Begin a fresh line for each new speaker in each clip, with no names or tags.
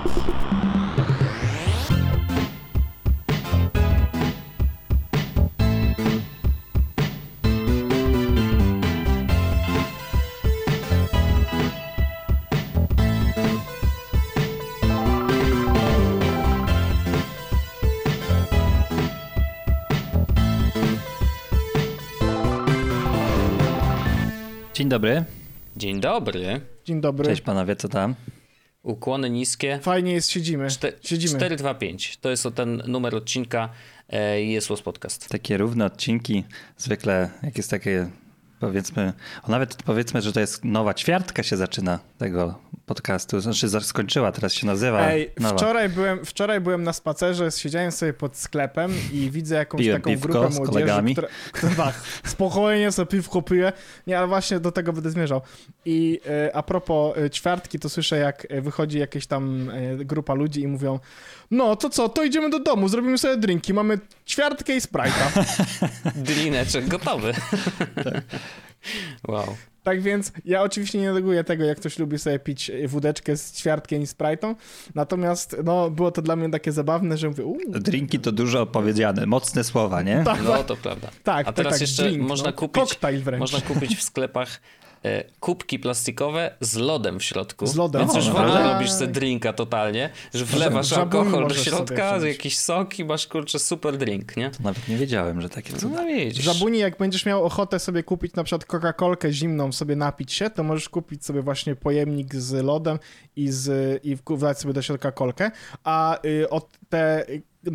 Dzień dobry.
Dzień dobry.
Dzień dobry.
Cześć panowie, co tam?
Ukłony niskie.
Fajnie jest, siedzimy.
425. To jest ten numer odcinka Jest Łos Podcast.
Takie równe odcinki. Zwykle jak jest takie, powiedzmy, nawet powiedzmy, że to jest nowa ćwiartka się zaczyna tego podcastu. Znaczy skończyła, teraz się nazywa nowa.
Wczoraj byłem na spacerze, siedziałem sobie pod sklepem i widzę jakąś
Piłem
taką
piwko
grupę
z
młodzieży,
kolegami.
która tak, spokojnie sobie piwko piję. Nie, ale właśnie do tego będę zmierzał. I a propos ćwiartki, to słyszę, jak wychodzi jakaś tam grupa ludzi i mówią: no to co, to idziemy do domu, zrobimy sobie drinki, mamy ćwiartkę i Sprite'a.
Drineczek gotowy.
Tak.
Wow.
Tak więc ja oczywiście nie neguję tego, jak ktoś lubi sobie pić wódeczkę z ćwiartkiem i Sprite'ą, natomiast no, było to dla mnie takie zabawne, że mówię...
Drinki to dużo opowiedziane, mocne słowa, nie?
Tak,
No to prawda.
Tak,
a teraz
tak,
jeszcze
drink,
można kupić,
koktajl wręcz.
można kupić w sklepach kubki plastikowe z lodem w środku.
Z lodem.
Więc już w ogóle
naprawdę?
robisz sobie drinka totalnie, że wlewasz
Żabuni
alkohol do
możesz
środka,
sobie
jakiś sok i masz, kurczę, super drink, nie?
Nawet nie wiedziałem, że takie cuda.
No
W
widzisz.
Żabuni, jak będziesz miał ochotę sobie kupić na przykład Coca-Colkę zimną, sobie napić się, to możesz kupić sobie właśnie pojemnik z lodem i wlać sobie do środka kolkę, a te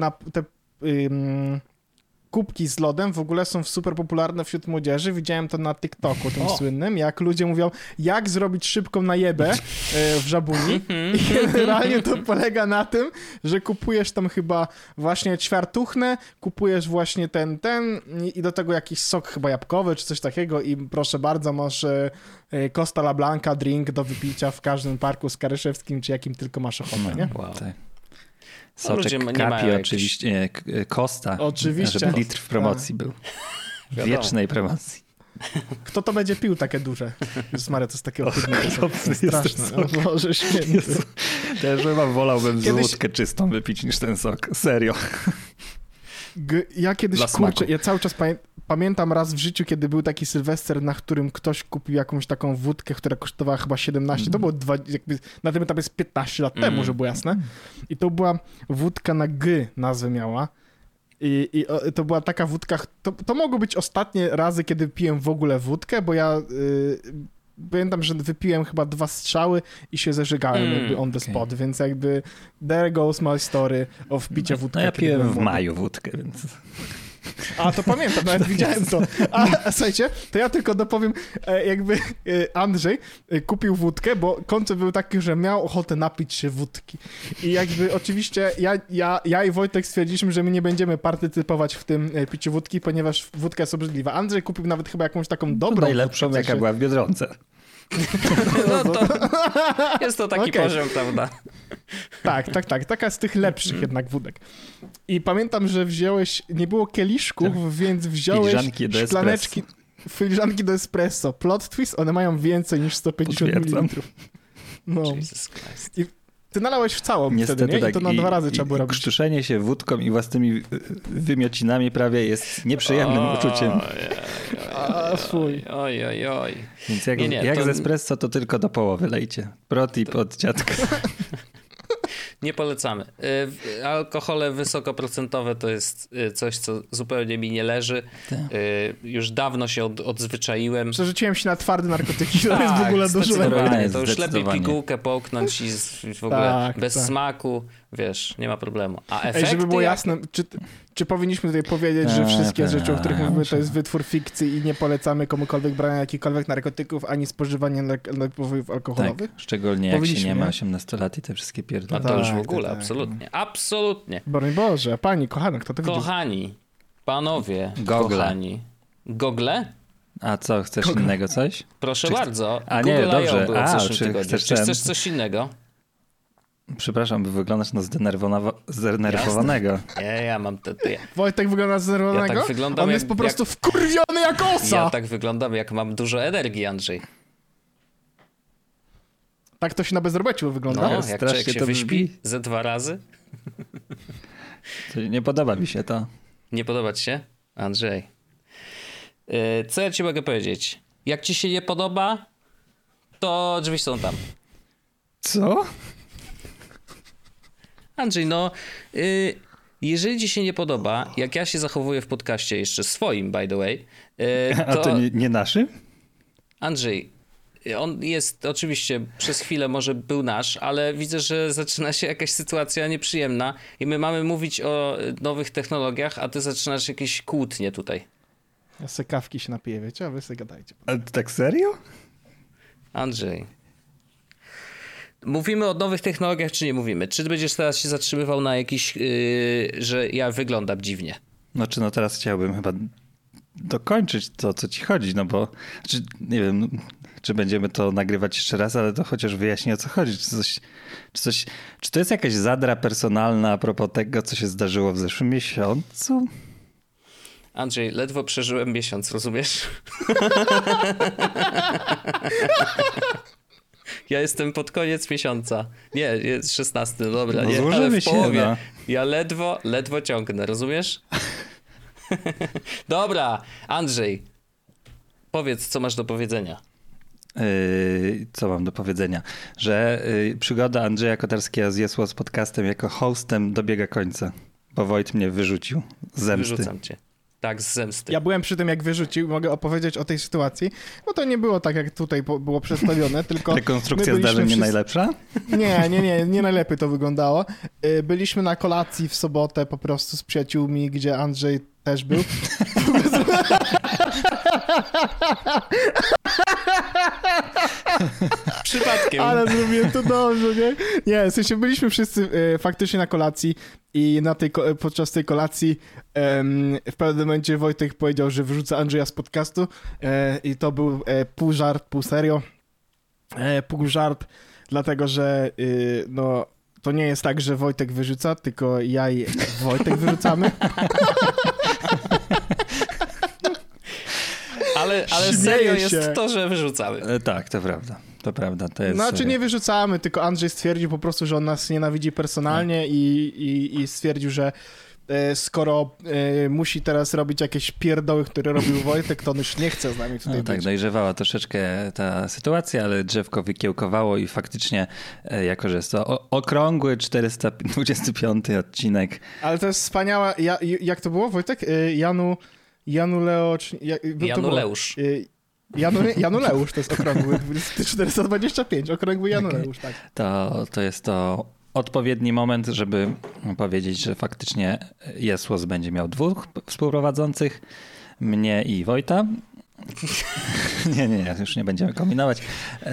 kubki z lodem w ogóle są super popularne wśród młodzieży. Widziałem to na TikToku, tym słynnym, jak ludzie mówią, jak zrobić szybką najebę w Żabuni. I generalnie to polega na tym, że kupujesz tam chyba właśnie ćwiartuchnę, kupujesz właśnie ten i do tego jakiś sok chyba jabłkowy czy coś takiego i proszę bardzo, masz Costa La Blanca drink do wypicia w każdym parku skaryszewskim, czy jakim tylko masz ochotę, nie?
Wow.
Tak.
No, ludzie
Soczek
nie
Kapi
mają
oczywiście, Costa,
Oczywiście.
żeby litr w promocji był. W
Wiadomo.
wiecznej promocji.
Kto to będzie pił takie duże? Jezus Maria, to jest takie ohydne, to
okropny
jest straszne.
jest ten
O Boże święty.
Jezu. Też chyba wolałbym
Kiedyś-
wódkę czystą wypić niż ten sok. Serio.
Ja kiedyś,
Dla
kurczę,
smaku.
ja cały czas pamiętam raz w życiu, kiedy był taki Sylwester, na którym ktoś kupił jakąś taką wódkę, która kosztowała chyba 17, to było jakby, na tym etapie jest 15 lat temu, żeby było jasne. I to była wódka na G nazwę miała. I to była taka wódka, to mogły być ostatnie razy, kiedy piłem w ogóle wódkę, bo ja pamiętam, że wypiłem chyba 2 strzały i się zeżygałem jakby on the spot, więc jakby there goes my story of picia wódki.
No ja
kiedy
piłem
byłem
w
młody.
maju wódkę, więc...
A, to pamiętam, nawet widziałem to. A słuchajcie, to ja tylko dopowiem, jakby Andrzej kupił wódkę, bo koncept był taki, że miał ochotę napić się wódki. I jakby oczywiście ja i Wojtek stwierdziliśmy, że my nie będziemy partycypować w tym piciu wódki, ponieważ wódka jest obrzydliwa. Andrzej kupił nawet chyba jakąś taką dobrą
Najlepszą,
wódkę,
jaka była w Biedronce.
No to jest to taki
Okej.
poziom, prawda?
Tak. Taka z tych lepszych jednak wódek. I pamiętam, że nie było kieliszków, więc wziąłeś
Filiżanki do
szklaneczki, filiżanki do espresso. Plot twist, one mają więcej niż 150
Potwierdzam.
ml. No.
Jesus Christ.
I ty nalałeś w całą
Niestety
wtedy, nie?
tak.
I to na 2 razy trzeba było robić.
Krztuszenie się wódką i własnymi wymiocinami prawie jest nieprzyjemnym uczuciem.
A, fuj.
Oj.
Więc jak
to
z espresso, to tylko do połowy lejcie. Protip od dziadka.
Nie polecamy. Alkohole wysokoprocentowe to jest coś, co zupełnie mi nie leży.
Tak.
Już dawno się odzwyczaiłem.
Przerzuciłem się na twarde narkotyki, to jest w ogóle dużo lepiej.
zdecydowanie. To już lepiej
Zdecydowanie.
pigułkę połknąć i w ogóle bez
tak.
smaku, wiesz, nie ma problemu. A
Ej,
efekty...
żeby było jasne, czy powinniśmy tutaj powiedzieć, że wszystkie rzeczy, o których mówimy, to jest wytwór fikcji i nie polecamy komukolwiek brania jakichkolwiek narkotyków, ani spożywania napojów alkoholowych?
Tak, szczególnie jak się
Powinniśmy,
nie ma
nie?
18 lat i te wszystkie
No
pierdolone.
to już w
Tak,
ogóle,
tak.
absolutnie. Absolutnie.
Broń Boże, pani, kochana, kto to widzi?
Kochani, panowie,
Gogle.
kochani. Gogle?
A co, chcesz innego coś?
Proszę
Czy-
bardzo.
A nie,
Google
dobrze.
I.O. było w
A,
zeszłym
czy
tygodniu.
chcesz
Czy
ten-
chcesz coś innego?
Przepraszam, by wyglądasz na zdenerwowanego.
Nie, ja mam te...
Wojtek wygląda zdenerwowanego?
Ja tak wyglądam
On
jak-
jest po prostu wkurwiony jak osa!
Ja tak wyglądam, jak mam dużo energii, Andrzej.
Tak to się na bezrobociu wygląda.
No, jak człowiek się wyśpi ze 2 razy.
Nie podoba mi się to.
Nie podoba ci się? Andrzej. Co ja ci mogę powiedzieć? Jak ci się nie podoba, to drzwi są tam.
Co?
Andrzej, no... jeżeli ci się nie podoba, jak ja się zachowuję w podcaście, jeszcze swoim, by the way, to...
A to nie naszym?
Andrzej, on jest oczywiście przez chwilę może był nasz, ale widzę, że zaczyna się jakaś sytuacja nieprzyjemna i my mamy mówić o nowych technologiach, a ty zaczynasz jakieś kłótnie tutaj.
Ja se kawki się napiję, wiecie, a wy se gadajcie.
A tak serio?
Andrzej, mówimy o nowych technologiach, czy nie mówimy? Czy będziesz teraz się zatrzymywał na jakiś, że ja wyglądam dziwnie?
Znaczy, no teraz chciałbym chyba dokończyć to, co ci chodzi, no bo nie wiem, czy będziemy to nagrywać jeszcze raz, ale to chociaż wyjaśnię, o co chodzi. Czy to jest jakaś zadra personalna a propos tego, co się zdarzyło w zeszłym miesiącu?
Andrzej, ledwo przeżyłem miesiąc, rozumiesz? Ja jestem pod koniec miesiąca. Nie, jest 16, dobra,
no,
nie, ale w połowie.
No.
Ja ledwo ciągnę, rozumiesz? Dobra, Andrzej, powiedz, co masz do powiedzenia.
Co mam do powiedzenia? Że przygoda Andrzeja Kotarskiego z Jesło z podcastem jako hostem dobiega końca, bo Wojt mnie wyrzucił z zemsty.
Wyrzucam cię. Tak, z zemsty.
Ja byłem przy tym, jak wyrzucił, mogę opowiedzieć o tej sytuacji, bo to nie było tak, jak tutaj było przedstawione, tylko...
Rekonstrukcja zdarzeń nie najlepsza?
Nie najlepiej to wyglądało. Byliśmy na kolacji w sobotę po prostu z przyjaciółmi, gdzie Andrzej też był.
Przypadkiem.
Ale zrobiłem to dobrze, nie? Nie, w sensie byliśmy wszyscy faktycznie na kolacji i podczas tej kolacji w pewnym momencie Wojtek powiedział, że wyrzuca Andrzeja z podcastu i to był pół żart, pół serio. Pół żart, dlatego że no to nie jest tak, że Wojtek wyrzuca, tylko ja i Wojtek wyrzucamy.
Ale serio jest to, że wyrzucamy.
Tak, to prawda. To prawda. To jest...
Znaczy nie wyrzucamy, tylko Andrzej stwierdził po prostu, że on nas nienawidzi personalnie i stwierdził, że skoro musi teraz robić jakieś pierdoły, które robił Wojtek, to on już nie chce z nami tutaj być.
Tak, dojrzewała troszeczkę ta sytuacja, ale drzewko wykiełkowało i faktycznie, jako że jest to okrągły 425 odcinek.
Ale to jest wspaniałe. Jak to było, Wojtek? Januleusz. Januleusz to jest okrągły 425, okrągły Januleusz, tak.
To jest to odpowiedni moment, żeby powiedzieć, że faktycznie Jesłos będzie miał 2 współprowadzących, mnie i Wojta. Nie, już nie będziemy kombinować.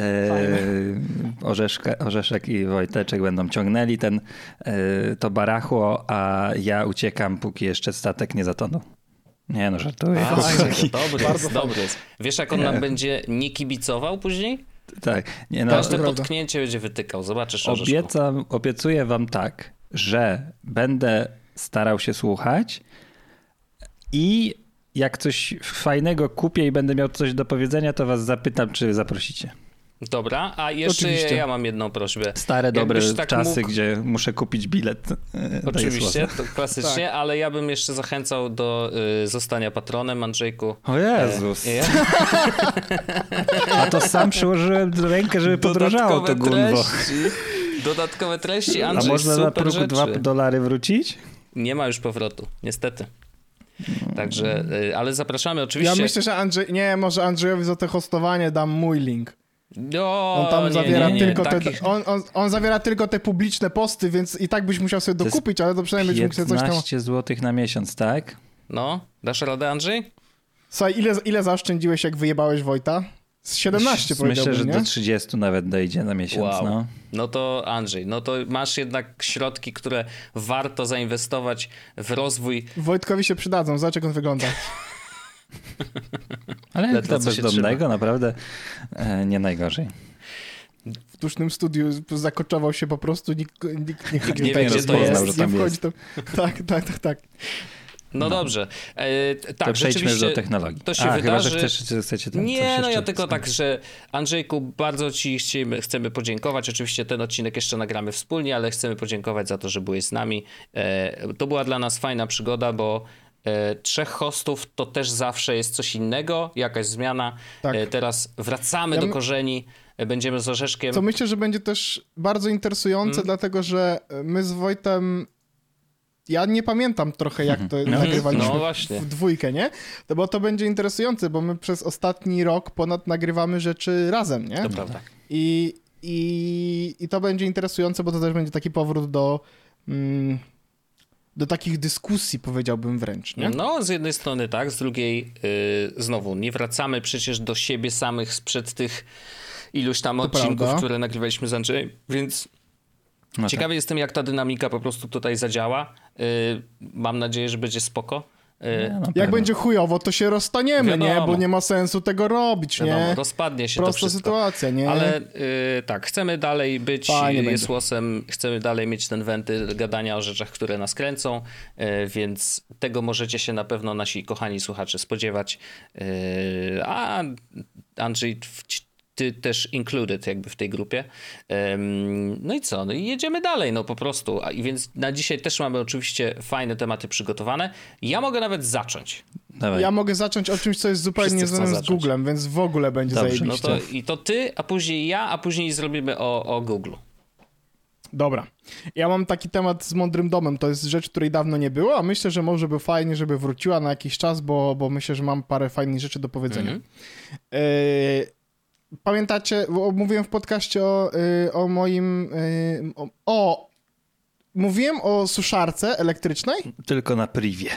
Orzeszek i Wojteczek będą ciągnęli to barachło, a ja uciekam, póki jeszcze statek nie zatonął. Nie no, żartuję.
Dobry jest. Wiesz, jak on nam będzie nie kibicował później?
Tak. Nie, no,
każde potknięcie będzie wytykał. Zobaczysz,
obiecuję wam tak, że będę starał się słuchać i jak coś fajnego kupię i będę miał coś do powiedzenia, to was zapytam, czy zaprosicie.
Dobra, a jeszcze ja mam jedną prośbę.
Stare, dobre czasy, gdzie muszę kupić bilet.
Oczywiście, to klasycznie, tak. Ale ja bym jeszcze zachęcał do zostania patronem, Andrzejku.
O Jezus. A to sam przyłożyłem rękę, żeby podrożało to gumbo.
Dodatkowe treści, Andrzej,
a można
super
na progu $2 wrócić?
Nie ma już powrotu, niestety. Także, ale zapraszamy oczywiście.
Ja myślę, że może Andrzejowi za to hostowanie dam mój link.
No,
on tam zawiera tylko on zawiera tylko te publiczne posty, więc i tak byś musiał sobie dokupić, ale to przynajmniej byś mógł sobie coś tam...
15 zł na miesiąc, tak?
No, dasz radę, Andrzej?
Słuchaj, ile zaoszczędziłeś, jak wyjebałeś Wojta? Z 17 powiedziałbym,
myślę, że
nie?
do 30 nawet dojdzie na miesiąc.
Wow.
No.
No to Andrzej, no to masz jednak środki, które warto zainwestować w rozwój.
Wojtkowi się przydadzą, zobacz jak on wygląda.
Ale jak to bezdomnego naprawdę nie najgorzej.
W dusznym studiu zakoczował się po prostu, nikt
nie wie, gdzie to jest.
Nie wchodzi to. Tak.
No dobrze. Tak,
to przejdźmy
rzeczywiście
do technologii.
To się wydarzy.
Chyba, że chcecie tam
Nie,
coś
no ja
jeszcze
tylko tak, że Andrzejku, bardzo ci chcemy podziękować. Oczywiście ten odcinek jeszcze nagramy wspólnie, ale chcemy podziękować za to, że byłeś z nami. To była dla nas fajna przygoda, bo 3 hostów to też zawsze jest coś innego, jakaś zmiana.
Tak.
Teraz wracamy do korzeni, będziemy z Orzeszkiem.
Co myślę, że będzie też bardzo interesujące, dlatego że my z Wojtem, ja nie pamiętam trochę, jak to nagrywaliśmy w dwójkę, nie? Bo to będzie interesujące, bo my przez ostatni rok ponad nagrywamy rzeczy razem, nie?
To prawda.
I to będzie interesujące, bo to też będzie taki powrót do takich dyskusji, powiedziałbym wręcz, nie?
No, z jednej strony tak, z drugiej znowu, nie wracamy przecież do siebie samych sprzed tych iluś tam odcinków, które nagrywaliśmy z Andrzejem, więc ciekawy jestem, jak ta dynamika po prostu tutaj zadziała. Mam nadzieję, że będzie spoko.
Jak będzie chujowo, to się rozstaniemy,
wiadomo,
nie? Bo nie ma sensu tego robić,
wiadomo,
nie?
rozpadnie się
Prosta
to wszystko.
sytuacja, nie?
Ale tak, chcemy dalej być Jesłosem, chcemy dalej mieć ten wentyl gadania o rzeczach, które nas kręcą, więc tego możecie się na pewno nasi kochani słuchacze spodziewać. A Andrzej, ty też included jakby w tej grupie. No i co? No i jedziemy dalej, no po prostu. I więc na dzisiaj też mamy oczywiście fajne tematy przygotowane. Ja mogę nawet zacząć.
Dawaj.
Ja mogę zacząć o czymś, co jest zupełnie związane z Googlem, więc w ogóle będzie zajebiście.
No to ty, a później ja, a później zrobimy o Google.
Dobra. Ja mam taki temat z mądrym domem. To jest rzecz, której dawno nie było, a myślę, że może by fajnie, żeby wróciła na jakiś czas, bo myślę, że mam parę fajnych rzeczy do powiedzenia. Pamiętacie, mówiłem w podcaście o moim... Mówiłem o suszarce elektrycznej?
Tylko na privie.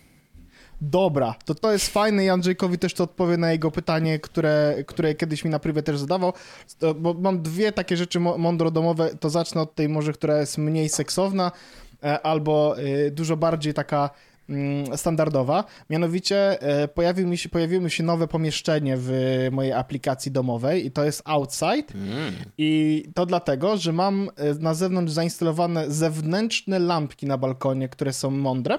Dobra, to jest fajne i Andrzejkowi też to odpowie na jego pytanie, które kiedyś mi na privie też zadawał, bo mam 2 takie rzeczy mądrodomowe, to zacznę od tej może, która jest mniej seksowna, albo dużo bardziej taka standardowa. Mianowicie pojawiło mi się nowe pomieszczenie w mojej aplikacji domowej i to jest Outside. I to dlatego, że mam na zewnątrz zainstalowane zewnętrzne lampki na balkonie, które są mądre.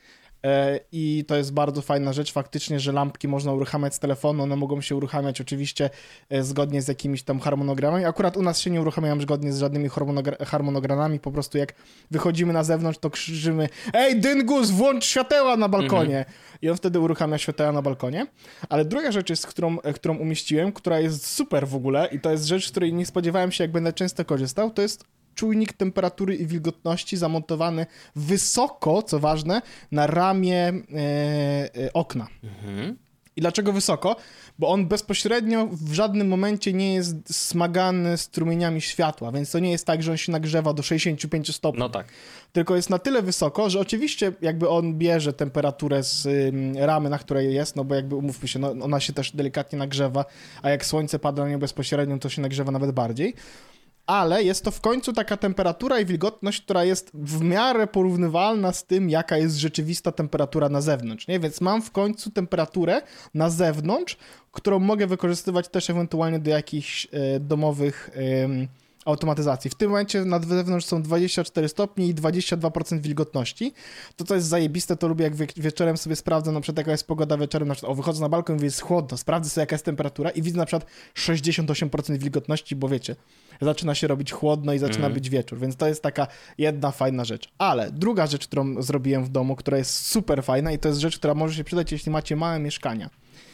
I to jest bardzo fajna rzecz faktycznie, że lampki można uruchamiać z telefonu, one mogą się uruchamiać oczywiście zgodnie z jakimiś tam harmonogramami. Akurat u nas się nie uruchamiają zgodnie z żadnymi harmonogramami, po prostu jak wychodzimy na zewnątrz, to krzyczymy: ej, dyngus, włącz świateła na balkonie! I on wtedy uruchamia świateła na balkonie. Ale druga rzecz jest, którą umieściłem, która jest super w ogóle i to jest rzecz, z której nie spodziewałem się, jak będę często korzystał, to jest czujnik temperatury i wilgotności zamontowany wysoko, co ważne, na ramię okna. I dlaczego wysoko? Bo on bezpośrednio w żadnym momencie nie jest smagany strumieniami światła, więc to nie jest tak, że on się nagrzewa do 65 stopni.
No tak.
Tylko jest na tyle wysoko, że oczywiście jakby on bierze temperaturę z ramy, na której jest, no bo jakby umówmy się, no ona się też delikatnie nagrzewa, a jak słońce pada na nią bezpośrednio, to się nagrzewa nawet bardziej. Ale jest to w końcu taka temperatura i wilgotność, która jest w miarę porównywalna z tym, jaka jest rzeczywista temperatura na zewnątrz, nie? Więc mam w końcu temperaturę na zewnątrz, którą mogę wykorzystywać też ewentualnie do jakichś domowych automatyzacji. W tym momencie na zewnątrz są 24 stopnie i 22% wilgotności. To jest zajebiste, to lubię, jak wieczorem sobie sprawdzę, na przykład jaka jest pogoda wieczorem, na przykład wychodzę na balkon i jest chłodno, sprawdzę sobie jaka jest temperatura i widzę na przykład 68% wilgotności, bo wiecie, zaczyna się robić chłodno i zaczyna być wieczór, więc to jest taka jedna fajna rzecz. Ale druga rzecz, którą zrobiłem w domu, która jest super fajna i to jest rzecz, która może się przydać, jeśli macie małe mieszkania.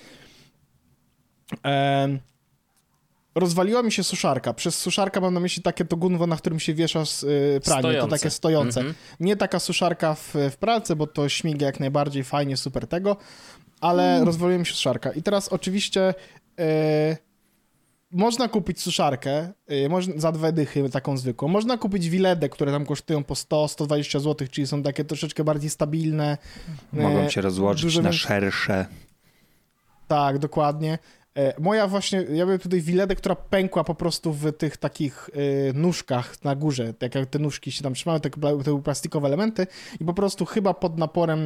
Rozwaliła mi się suszarka. Przez suszarka mam na myśli takie to gunwo, na którym się wiesza pranie. Stojące. To takie stojące. Nie taka suszarka w pralce, bo to śmiga jak najbardziej, fajnie, super tego, ale rozwaliła mi się suszarka. I teraz oczywiście można kupić suszarkę za 2 dychy, taką zwykłą. Można kupić Wiledę, które tam kosztują po 100-120 zł, czyli są takie troszeczkę bardziej stabilne.
Mogą się rozłożyć na szersze.
Tak, dokładnie. Moja właśnie, ja miałem tutaj Wiledę, która pękła po prostu w tych takich nóżkach na górze, jak te nóżki się tam trzymały, to były plastikowe elementy i po prostu chyba pod naporem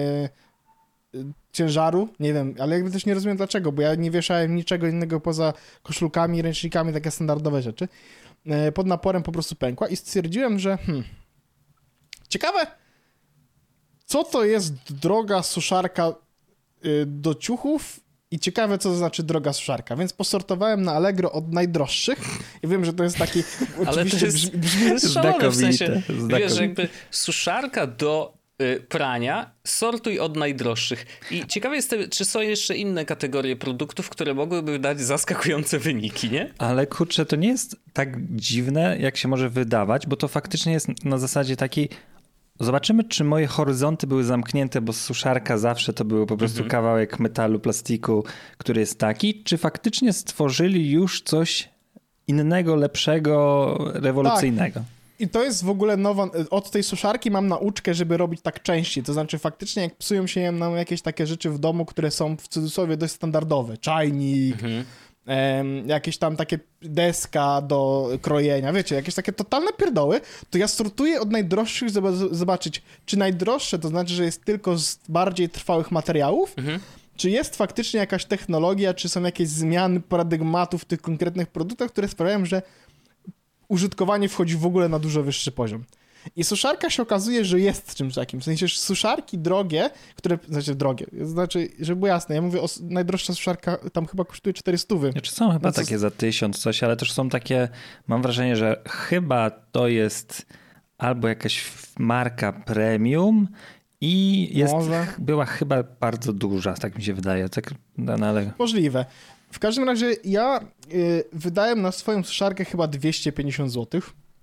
ciężaru, nie wiem, ale jakby też nie rozumiem dlaczego, bo ja nie wieszałem niczego innego poza koszulkami, ręcznikami, takie standardowe rzeczy. Pod naporem po prostu pękła i stwierdziłem, że ciekawe, co to jest droga suszarka do ciuchów i ciekawe, co to znaczy droga suszarka, więc posortowałem na Allegro od najdroższych i wiem, że to jest taki...
Ale to jest szalone, w sensie, wiesz, jakby suszarka do prania, sortuj od najdroższych. I ciekawe jest, czy są jeszcze inne kategorie produktów, które mogłyby dać zaskakujące wyniki, nie?
Ale kurczę, to nie jest tak dziwne, jak się może wydawać, bo to faktycznie jest na zasadzie takiej. Zobaczymy, czy moje horyzonty były zamknięte, bo suszarka zawsze to był po prostu kawałek metalu, plastiku, który jest taki, czy faktycznie stworzyli już coś innego, lepszego, rewolucyjnego.
Tak. I to jest w ogóle nowa, od tej suszarki mam nauczkę, żeby robić tak częściej, to znaczy faktycznie jak psują się nam jakieś takie rzeczy w domu, które są w cudzysłowie dość standardowe, czajnik, jakieś tam takie deska do krojenia, wiecie, jakieś takie totalne pierdoły, to ja sortuję od najdroższych, żeby zobaczyć, czy najdroższe to znaczy, że jest tylko z bardziej trwałych materiałów, czy jest faktycznie jakaś technologia, czy są jakieś zmiany paradygmatów w tych konkretnych produktach, które sprawiają, że użytkowanie wchodzi w ogóle na dużo wyższy poziom. I suszarka się okazuje, że jest czymś takim. W sensie suszarki drogie, znaczy, żeby było jasne, ja mówię o najdroższa suszarka, tam chyba kosztuje 400.
Znaczy są chyba takie za 1000 coś, ale też są takie, mam wrażenie, że chyba to jest albo jakaś marka premium i była chyba bardzo duża, tak mi się wydaje. Tak, ale...
Możliwe. W każdym razie ja wydałem na swoją suszarkę chyba 250 zł.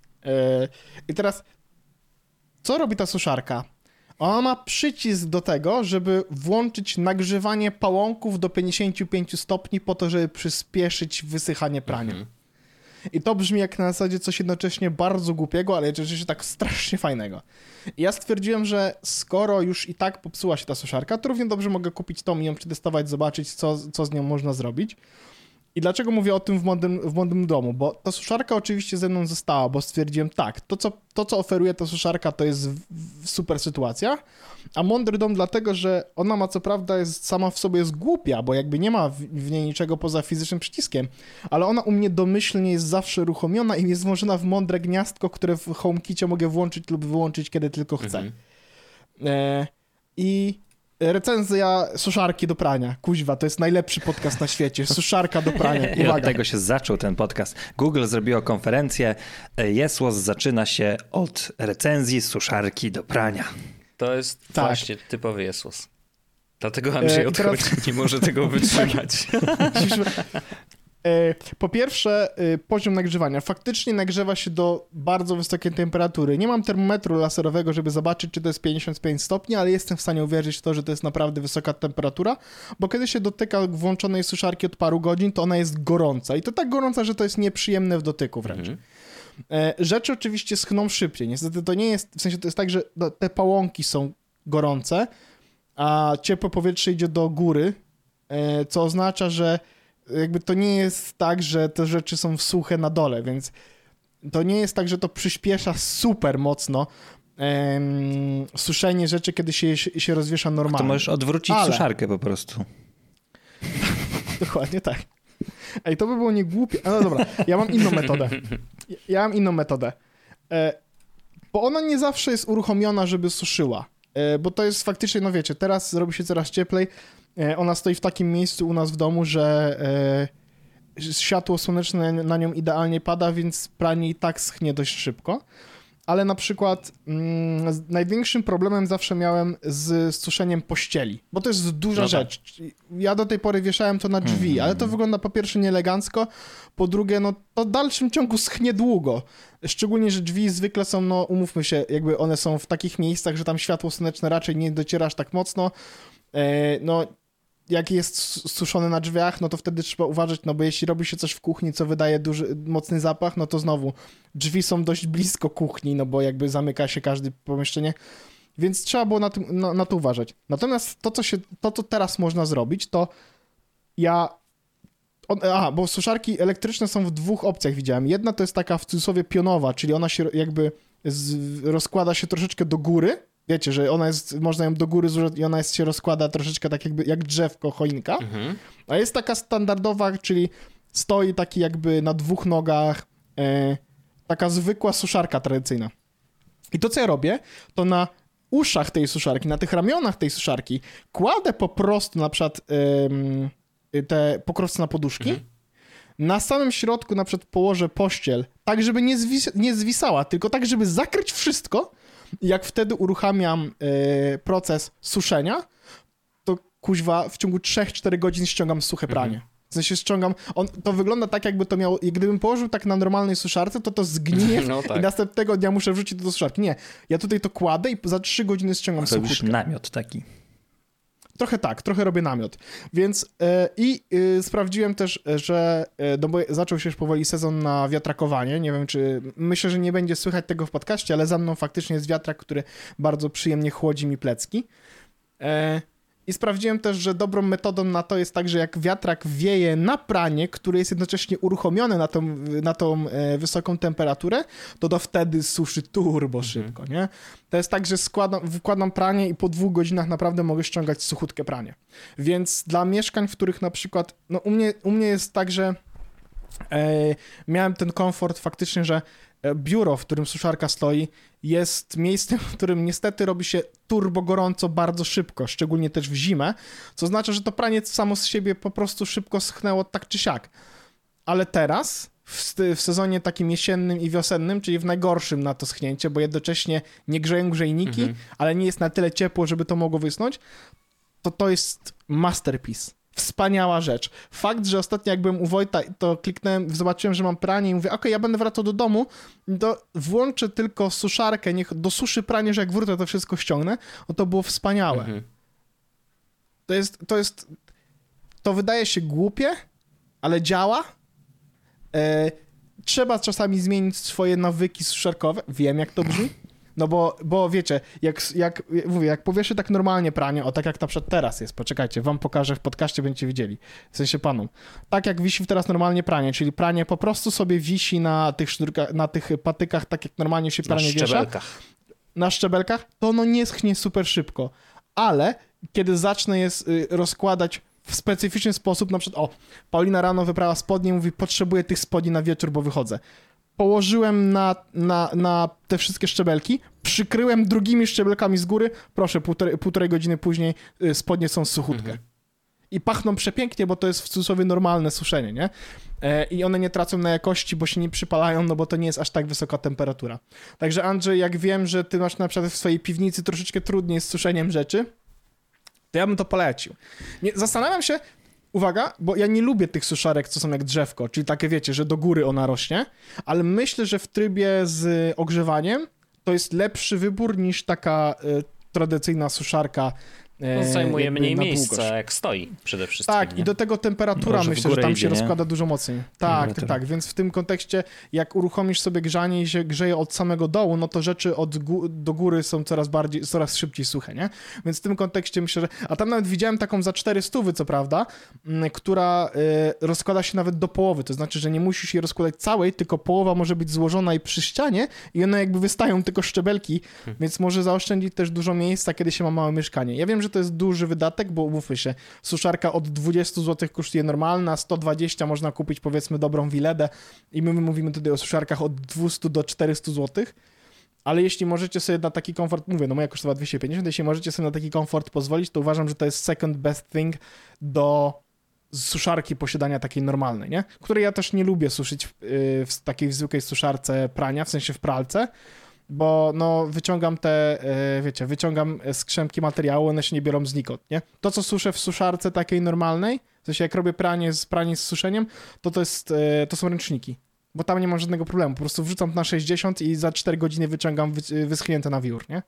I teraz, co robi ta suszarka? Ona ma przycisk do tego, żeby włączyć nagrzewanie pałąków do 55 stopni po to, żeby przyspieszyć wysychanie prania. I to brzmi jak na zasadzie coś jednocześnie bardzo głupiego, ale jednocześnie tak strasznie fajnego. I ja stwierdziłem, że skoro już i tak popsuła się ta suszarka, to równie dobrze mogę kupić tą i ją przetestować, zobaczyć, co z nią można zrobić. I dlaczego mówię o tym w młodym domu? Bo ta suszarka oczywiście ze mną została, bo stwierdziłem tak, to co oferuje ta suszarka, to jest w super sytuacjach, a mądry dom dlatego, że ona ma co prawda sama w sobie jest głupia, bo jakby nie ma w niej niczego poza fizycznym przyciskiem, ale ona u mnie domyślnie jest zawsze uruchomiona i jest włożona w mądre gniazdko, które w HomeKicie mogę włączyć lub wyłączyć, kiedy tylko chcę. Recenzja suszarki do prania. Kuźwa, to jest najlepszy podcast na świecie. Suszarka do prania. Uwaga.
I od tego się zaczął ten podcast. Google zrobiło konferencję. Jesłos zaczyna się od recenzji suszarki do prania.
To jest właśnie typowy Jesłos. Dlatego Andrzej odchodzi, nie może tego wytrzymać.
Po pierwsze, poziom nagrzewania. Faktycznie nagrzewa się do bardzo wysokiej temperatury. Nie mam termometru laserowego, żeby zobaczyć, czy to jest 55 stopni, ale jestem w stanie uwierzyć w to, że to jest naprawdę wysoka temperatura, bo kiedy się dotyka włączonej suszarki od paru godzin, to ona jest gorąca. I to tak gorąca, że to jest nieprzyjemne w dotyku wręcz. Rzeczy oczywiście schną szybciej. Niestety to nie jest, w sensie to jest tak, że te pałąki są gorące, a ciepłe powietrze idzie do góry, co oznacza, że jakby to nie jest tak, że te rzeczy są suche na dole, więc to nie jest tak, że to przyspiesza super mocno suszenie rzeczy, kiedy się rozwiesza normalnie.
To możesz odwrócić suszarkę po prostu.
Dokładnie tak. Ej, to by było niegłupie. No dobra, ja mam inną metodę. Bo ona nie zawsze jest uruchomiona, żeby suszyła. Bo to jest faktycznie, no wiecie, teraz robi się coraz cieplej. Ona stoi w takim miejscu u nas w domu, że światło słoneczne na nią idealnie pada, więc pranie i tak schnie dość szybko. Ale na przykład największym problemem zawsze miałem z suszeniem pościeli, bo to jest duża rzecz. Ja do tej pory wieszałem to na drzwi, ale to wygląda po pierwsze nieelegancko, po drugie, no to w dalszym ciągu schnie długo. Szczególnie, że drzwi zwykle są, no umówmy się, jakby one są w takich miejscach, że tam światło słoneczne raczej nie dociera aż tak mocno. No jak jest suszone na drzwiach, no to wtedy trzeba uważać, no bo jeśli robi się coś w kuchni, co wydaje mocny zapach, no to znowu drzwi są dość blisko kuchni, no bo jakby zamyka się każde pomieszczenie, więc trzeba było na to uważać. Natomiast to, co teraz można zrobić, to bo suszarki elektryczne są w dwóch opcjach, widziałem. Jedna to jest taka w cudzysłowie pionowa, czyli ona się jakby rozkłada się troszeczkę do góry. Wiecie, że można ją do góry zużyć i ona się rozkłada troszeczkę tak jakby jak drzewko, choinka. A jest taka standardowa, czyli stoi taki jakby na dwóch nogach, taka zwykła suszarka tradycyjna. I to, co ja robię, to na uszach tej suszarki, na tych ramionach tej suszarki kładę po prostu na przykład te pokrowce na poduszki, na samym środku na przykład położę pościel, tak żeby nie zwisała, tylko tak, żeby zakryć wszystko. Jak wtedy uruchamiam proces suszenia, to kuźwa w ciągu 3-4 godzin ściągam suche pranie. W sensie ściągam, to wygląda tak, jakby to miało, gdybym położył tak na normalnej suszarce, to zgnie i następnego dnia muszę wrzucić to do suszarki. Nie, ja tutaj to kładę i za 3 godziny ściągam suchutkę.
Robisz namiot taki.
Trochę tak, trochę robię namiot. Więc sprawdziłem też, że no bo zaczął się już powoli sezon na wiatrakowanie. Nie wiem, myślę, że nie będzie słychać tego w podcaście, ale za mną faktycznie jest wiatrak, który bardzo przyjemnie chłodzi mi plecki. I sprawdziłem też, że dobrą metodą na to jest tak, że jak wiatrak wieje na pranie, które jest jednocześnie uruchomione na tą wysoką temperaturę, to wtedy suszy turbo szybko, nie? To jest tak, że wkładam pranie i po 2 godzinach naprawdę mogę ściągać suchutkie pranie. Więc dla mieszkań, w których na przykład, no u mnie jest tak, że miałem ten komfort faktycznie, że biuro, w którym suszarka stoi, jest miejscem, w którym niestety robi się turbo gorąco bardzo szybko, szczególnie też w zimę, co znaczy, że to pranie samo z siebie po prostu szybko schnęło tak czy siak. Ale teraz, w sezonie takim jesiennym i wiosennym, czyli w najgorszym na to schnięcie, bo jednocześnie nie grzeją grzejniki, ale nie jest na tyle ciepło, żeby to mogło wysnąć, to jest masterpiece. Wspaniała rzecz. Fakt, że ostatnio jak byłem u Wojta, to kliknąłem, zobaczyłem, że mam pranie i mówię, okej, ja będę wracał do domu, to włączę tylko suszarkę, niech dosuszy pranie, że jak wrócę, to wszystko ściągnę. To było wspaniałe. To wydaje się głupie, ale działa. Trzeba czasami zmienić swoje nawyki suszarkowe. Wiem, jak to brzmi. No bo wiecie, jak powieszę tak normalnie pranie, tak jak na przykład teraz jest, poczekajcie, wam pokażę w podcaście, będziecie widzieli, w sensie panom. Tak jak wisi teraz normalnie pranie, czyli pranie po prostu sobie wisi na tych sznurkach, na tych patykach, tak jak normalnie się pranie wiesza. Na szczebelkach, to ono nie schnie super szybko, ale kiedy zacznę je rozkładać w specyficzny sposób, na przykład, Paulina rano wybrała spodnie i mówi, potrzebuję tych spodni na wieczór, bo wychodzę. Położyłem na te wszystkie szczebelki, przykryłem drugimi szczebelkami z góry, proszę, półtorej godziny później spodnie są suchutkie. I pachną przepięknie, bo to jest w cudzysłowie normalne suszenie, nie? I one nie tracą na jakości, bo się nie przypalają, no bo to nie jest aż tak wysoka temperatura. Także Andrzej, jak wiem, że ty masz na przykład w swojej piwnicy troszeczkę trudniej z suszeniem rzeczy, to ja bym to polecił. Zastanawiam się, uwaga, bo ja nie lubię tych suszarek, co są jak drzewko, czyli takie wiecie, że do góry ona rośnie, ale myślę, że w trybie z ogrzewaniem to jest lepszy wybór niż taka tradycyjna suszarka.
Zajmuje mniej miejsca, jak stoi przede wszystkim.
Tak, nie? I do tego temperatura myślę, że tam się rozkłada dużo mocniej. Tak, więc w tym kontekście, jak uruchomisz sobie grzanie i się grzeje od samego dołu, no to rzeczy do góry są coraz szybciej suche, nie? Więc w tym kontekście myślę, że... A tam nawet widziałem taką za 400, co prawda, która rozkłada się nawet do połowy, to znaczy, że nie musisz jej rozkładać całej, tylko połowa może być złożona i przy ścianie i one jakby wystają tylko szczebelki, więc może zaoszczędzić też dużo miejsca, kiedy się ma małe mieszkanie. Ja wiem, że to jest duży wydatek, bo umówmy się, suszarka od 20 zł kosztuje normalna, 120 można kupić powiedzmy dobrą Wiledę i my mówimy tutaj o suszarkach od 200 do 400 zł, ale jeśli możecie sobie na taki komfort, mówię, no moja kosztowała 250, jeśli możecie sobie na taki komfort pozwolić, to uważam, że to jest second best thing do suszarki posiadania takiej normalnej, nie? Której ja też nie lubię suszyć w takiej zwykłej suszarce prania, w sensie w pralce, bo no wyciągam wyciągam skrzępki materiału, one się nie biorą znikąd, nie? To, co suszę w suszarce takiej normalnej, w sensie jak robię pranie z suszeniem, to są ręczniki, bo tam nie mam żadnego problemu, po prostu wrzucam na 60 i za 4 godziny wyciągam wyschnięte na wiór, nie?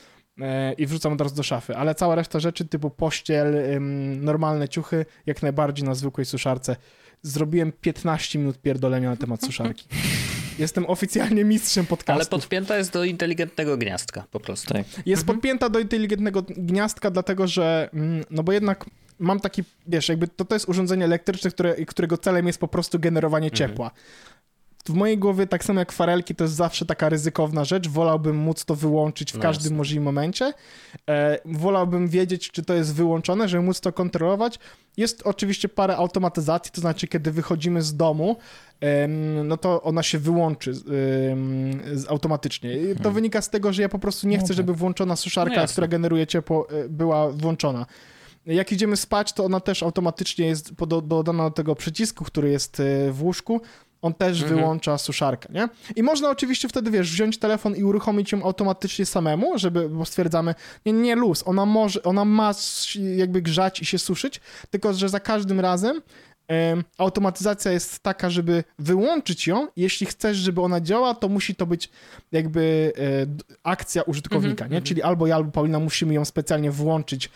I wrzucam od razu do szafy, ale cała reszta rzeczy typu pościel, normalne ciuchy, jak najbardziej na zwykłej suszarce. Zrobiłem 15 minut pierdolenia na temat suszarki. Jestem oficjalnie mistrzem podcastu.
Ale podpięta jest do inteligentnego gniazdka po prostu. Tak.
Jest podpięta do inteligentnego gniazdka, dlatego że, no bo jednak mam taki, wiesz, jakby to jest urządzenie elektryczne, którego celem jest po prostu generowanie ciepła. w mojej głowie, tak samo jak farelki, to jest zawsze taka ryzykowna rzecz. Wolałbym móc to wyłączyć w każdym możliwym momencie. Wolałbym wiedzieć, czy to jest wyłączone, żeby móc to kontrolować. Jest oczywiście parę automatyzacji, to znaczy, kiedy wychodzimy z domu, no to ona się wyłączy automatycznie. To wynika z tego, że ja po prostu nie chcę, żeby włączona suszarka, która generuje ciepło, była włączona. Jak idziemy spać, to ona też automatycznie jest dodana do tego przycisku, który jest w łóżku. On też wyłącza suszarkę, nie? I można oczywiście wtedy, wziąć telefon i uruchomić ją automatycznie samemu, bo stwierdzamy, nie luz, ona ma jakby grzać i się suszyć, tylko że za każdym razem automatyzacja jest taka, żeby wyłączyć ją. Jeśli chcesz, żeby ona działała, to musi to być jakby akcja użytkownika, nie? Czyli albo ja, albo Paulina musimy ją specjalnie włączyć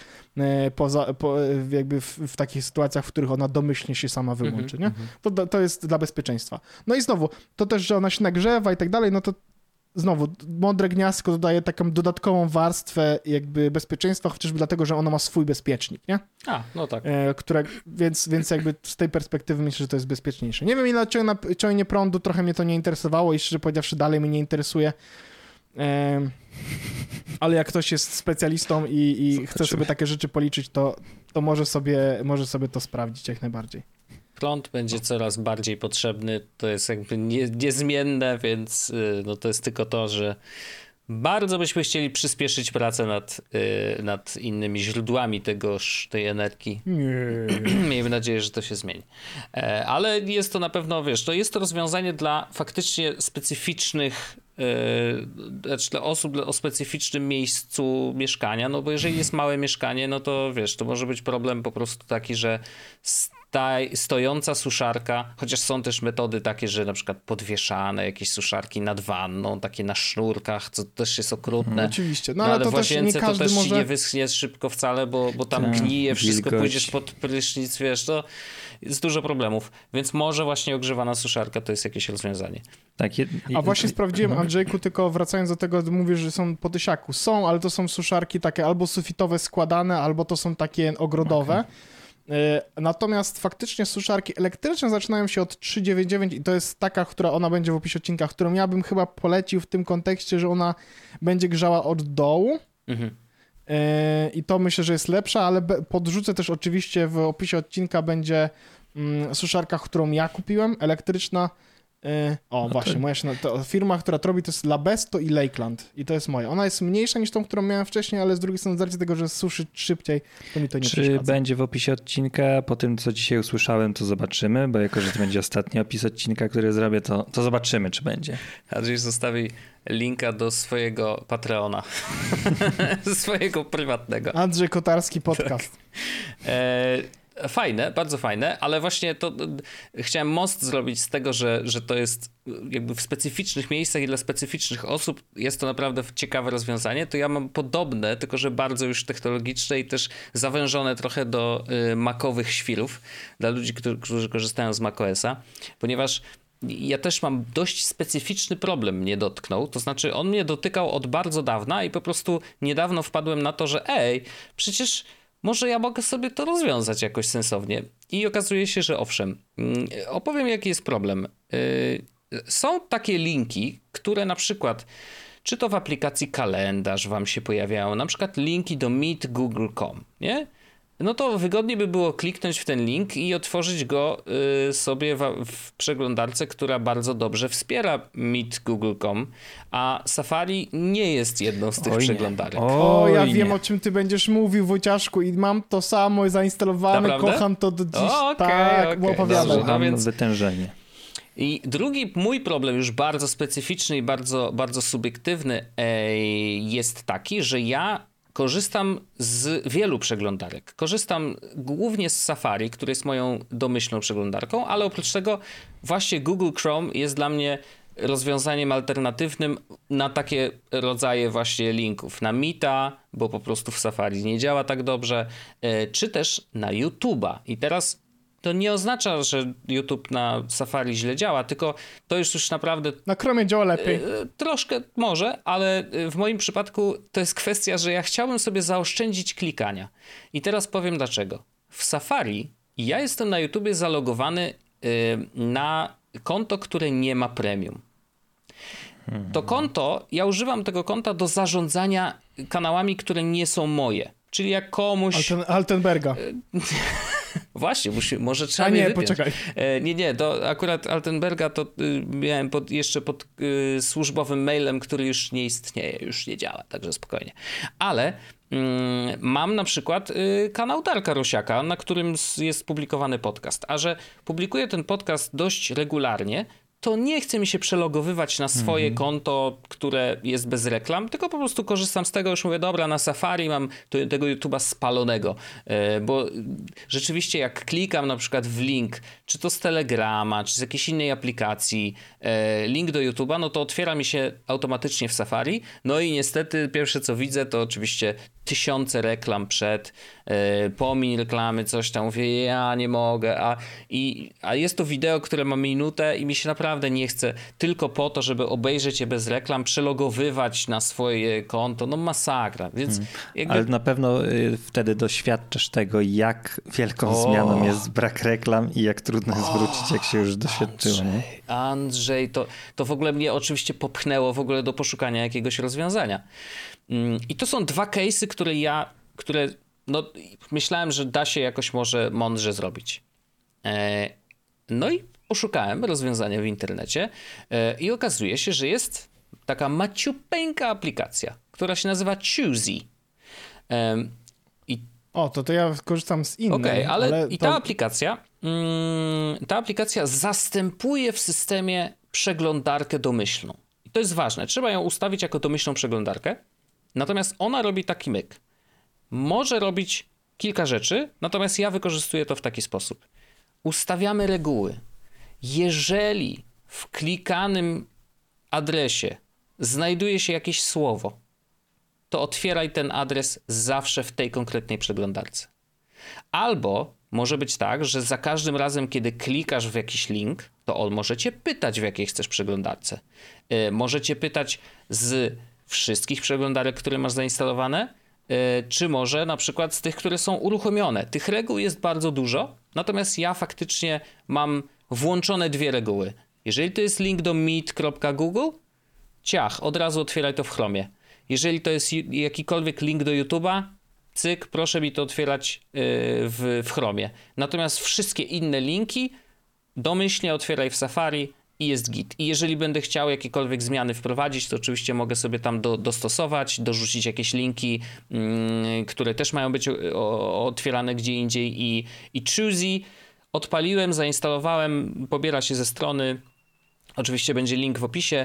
jakby w takich sytuacjach, w których ona domyślnie się sama wyłączy, nie? To jest dla bezpieczeństwa. No i znowu, to też, że ona się nagrzewa i tak dalej, no to znowu, mądre gniazdko dodaje taką dodatkową warstwę jakby bezpieczeństwa, chociażby dlatego, że ono ma swój bezpiecznik, nie?
No tak.
Więc jakby z tej perspektywy myślę, że to jest bezpieczniejsze. Nie wiem, ile ciągnie prądu, trochę mnie to nie interesowało i szczerze powiedziawszy dalej mnie nie interesuje. Ale jak ktoś jest specjalistą i chce sobie takie rzeczy policzyć, to może sobie to sprawdzić jak najbardziej.
Prąd będzie coraz bardziej potrzebny, to jest jakby niezmienne, więc no to jest tylko to, że bardzo byśmy chcieli przyspieszyć pracę nad innymi źródłami tej energii. Miejmy nadzieję, że to się zmieni. Ale jest to na pewno, to jest to rozwiązanie dla faktycznie specyficznych, znaczy dla osób o specyficznym miejscu mieszkania, no bo jeżeli jest małe mieszkanie, no to to może być problem po prostu taki, że stojąca suszarka, chociaż są też metody takie, że na przykład podwieszane jakieś suszarki nad wanną, takie na sznurkach, co też jest okrutne.
Oczywiście, ale to
w łazience to też ci nie wyschnie szybko wcale, bo tam gnije, wszystko, pójdziesz pod prysznic, to jest dużo problemów, więc może właśnie ogrzewana suszarka to jest jakieś rozwiązanie.
Tak,
A właśnie sprawdziłem, Andrzejku, tylko wracając do tego, mówisz, że są po tysiaku. Są, ale to są suszarki takie albo sufitowe składane, albo to są takie ogrodowe. Okay. Natomiast faktycznie suszarki elektryczne zaczynają się od 399 i to jest taka, która ona będzie w opisie odcinka, którą ja bym chyba polecił w tym kontekście, że ona będzie grzała od dołu. I to myślę, że jest lepsza, ale podrzucę też oczywiście w opisie odcinka będzie suszarka, którą ja kupiłem, elektryczna. Właśnie, moja firma, która to robi, to jest Labesto i Lakeland i to jest moja. Ona jest mniejsza niż tą, którą miałem wcześniej, ale z drugiej strony z racji tego, że suszy szybciej, to mi to nie przeszkadza.
Czy będzie w opisie odcinka? Po tym, co dzisiaj usłyszałem, to zobaczymy, bo jako, że to będzie ostatni opis odcinka, który zrobię, to zobaczymy, czy będzie.
Andrzej zostawi linka do swojego Patreona. swojego prywatnego.
Andrzej Kotarski podcast.
Tak. Fajne, bardzo fajne, ale właśnie to chciałem most zrobić z tego, że to jest jakby w specyficznych miejscach i dla specyficznych osób jest to naprawdę ciekawe rozwiązanie. To ja mam podobne, tylko że bardzo już technologiczne i też zawężone trochę do macowych świrów dla ludzi, którzy korzystają z macOSa, ponieważ ja też mam dość specyficzny problem mnie dotknął, to znaczy on mnie dotykał od bardzo dawna i po prostu niedawno wpadłem na to, że przecież może ja mogę sobie to rozwiązać jakoś sensownie. I okazuje się, że owszem. Opowiem, jaki jest problem. Są takie linki, które na przykład, czy to w aplikacji kalendarz wam się pojawiają, na przykład linki do meet.google.com, nie? No to wygodnie by było kliknąć w ten link i otworzyć go sobie w przeglądarce, która bardzo dobrze wspiera Meet.google.com, a Safari nie jest jedną z tych przeglądarek.
Ja wiem, o czym ty będziesz mówił, Wojciaszku, i mam to samo zainstalowane,
naprawdę?
Kocham to do dziś.
Okay.
Opowiadam.
No więc wytężenie.
I drugi mój problem, już bardzo specyficzny i bardzo, bardzo subiektywny, jest taki, że ja korzystam z wielu przeglądarek. Korzystam głównie z Safari, który jest moją domyślną przeglądarką, ale oprócz tego właśnie Google Chrome jest dla mnie rozwiązaniem alternatywnym na takie rodzaje właśnie linków. Na Meeta, bo po prostu w Safari nie działa tak dobrze, czy też na YouTube'a. I teraz to nie oznacza, że YouTube na Safari źle działa, tylko to już naprawdę...
Na Chromie działa lepiej.
Troszkę może, ale w moim przypadku to jest kwestia, że ja chciałbym sobie zaoszczędzić klikania. I teraz powiem dlaczego. W Safari ja jestem na YouTubie zalogowany na konto, które nie ma premium. To konto, ja używam tego konta do zarządzania kanałami, które nie są moje. Czyli jak komuś...
Altenberga.
Właśnie, może trzeba mnie wypiąć.
Poczekaj.
Nie, to akurat Altenberga to miałem jeszcze pod służbowym mailem, który już nie istnieje, już nie działa, także spokojnie. Ale mam na przykład kanał Darka Rosiaka, na którym jest publikowany podcast. A że publikuję ten podcast dość regularnie, to nie chce mi się przelogowywać na swoje konto, które jest bez reklam, tylko po prostu korzystam z tego, już mówię, dobra, na Safari mam tego YouTube'a spalonego, bo rzeczywiście jak klikam na przykład w link, czy to z Telegrama, czy z jakiejś innej aplikacji, link do YouTube'a, no to otwiera mi się automatycznie w Safari, no i niestety pierwsze co widzę, to oczywiście tysiące reklam przed, pomiń reklamy, coś tam, mówię, ja nie mogę, a jest to wideo, które ma minutę i mi się naprawdę nie chce tylko po to, żeby obejrzeć je bez reklam, przelogowywać na swoje konto, no masakra, więc jakby...
Ale na pewno wtedy doświadczasz tego, jak wielką zmianą jest brak reklam i jak trudno jest wrócić, jak się już doświadczyło.
Andrzej, to w ogóle mnie oczywiście popchnęło w ogóle do poszukania jakiegoś rozwiązania. I to są dwa case'y, które no, myślałem, że da się jakoś może mądrze zrobić. No i poszukałem rozwiązania w internecie i okazuje się, że jest taka maciupeńka aplikacja, która się nazywa Choosy.
To ja korzystam z innej.
Okej, ale ta aplikacja zastępuje w systemie przeglądarkę domyślną. I to jest ważne. Trzeba ją ustawić jako domyślną przeglądarkę. Natomiast ona robi taki myk. Może robić kilka rzeczy, natomiast ja wykorzystuję to w taki sposób. Ustawiamy reguły. Jeżeli w klikanym adresie znajduje się jakieś słowo, to otwieraj ten adres zawsze w tej konkretnej przeglądarce. Albo może być tak, że za każdym razem, kiedy klikasz w jakiś link, to on może cię pytać, w jakiej chcesz przeglądarce. Może cię pytać z wszystkich przeglądarek, które masz zainstalowane, czy może na przykład z tych, które są uruchomione. Tych reguł jest bardzo dużo, natomiast ja faktycznie mam włączone dwie reguły. Jeżeli to jest link do meet.google, od razu otwieraj to w Chromie. Jeżeli to jest jakikolwiek link do YouTube'a, cyk, proszę mi to otwierać w Chromie. Natomiast wszystkie inne linki domyślnie otwieraj w Safari i jest git. I jeżeli będę chciał jakiekolwiek zmiany wprowadzić, to oczywiście mogę sobie tam dostosować, dorzucić jakieś linki, które też mają być otwierane gdzie indziej. I Choosy odpaliłem, zainstalowałem, pobiera się ze strony. Oczywiście będzie link w opisie.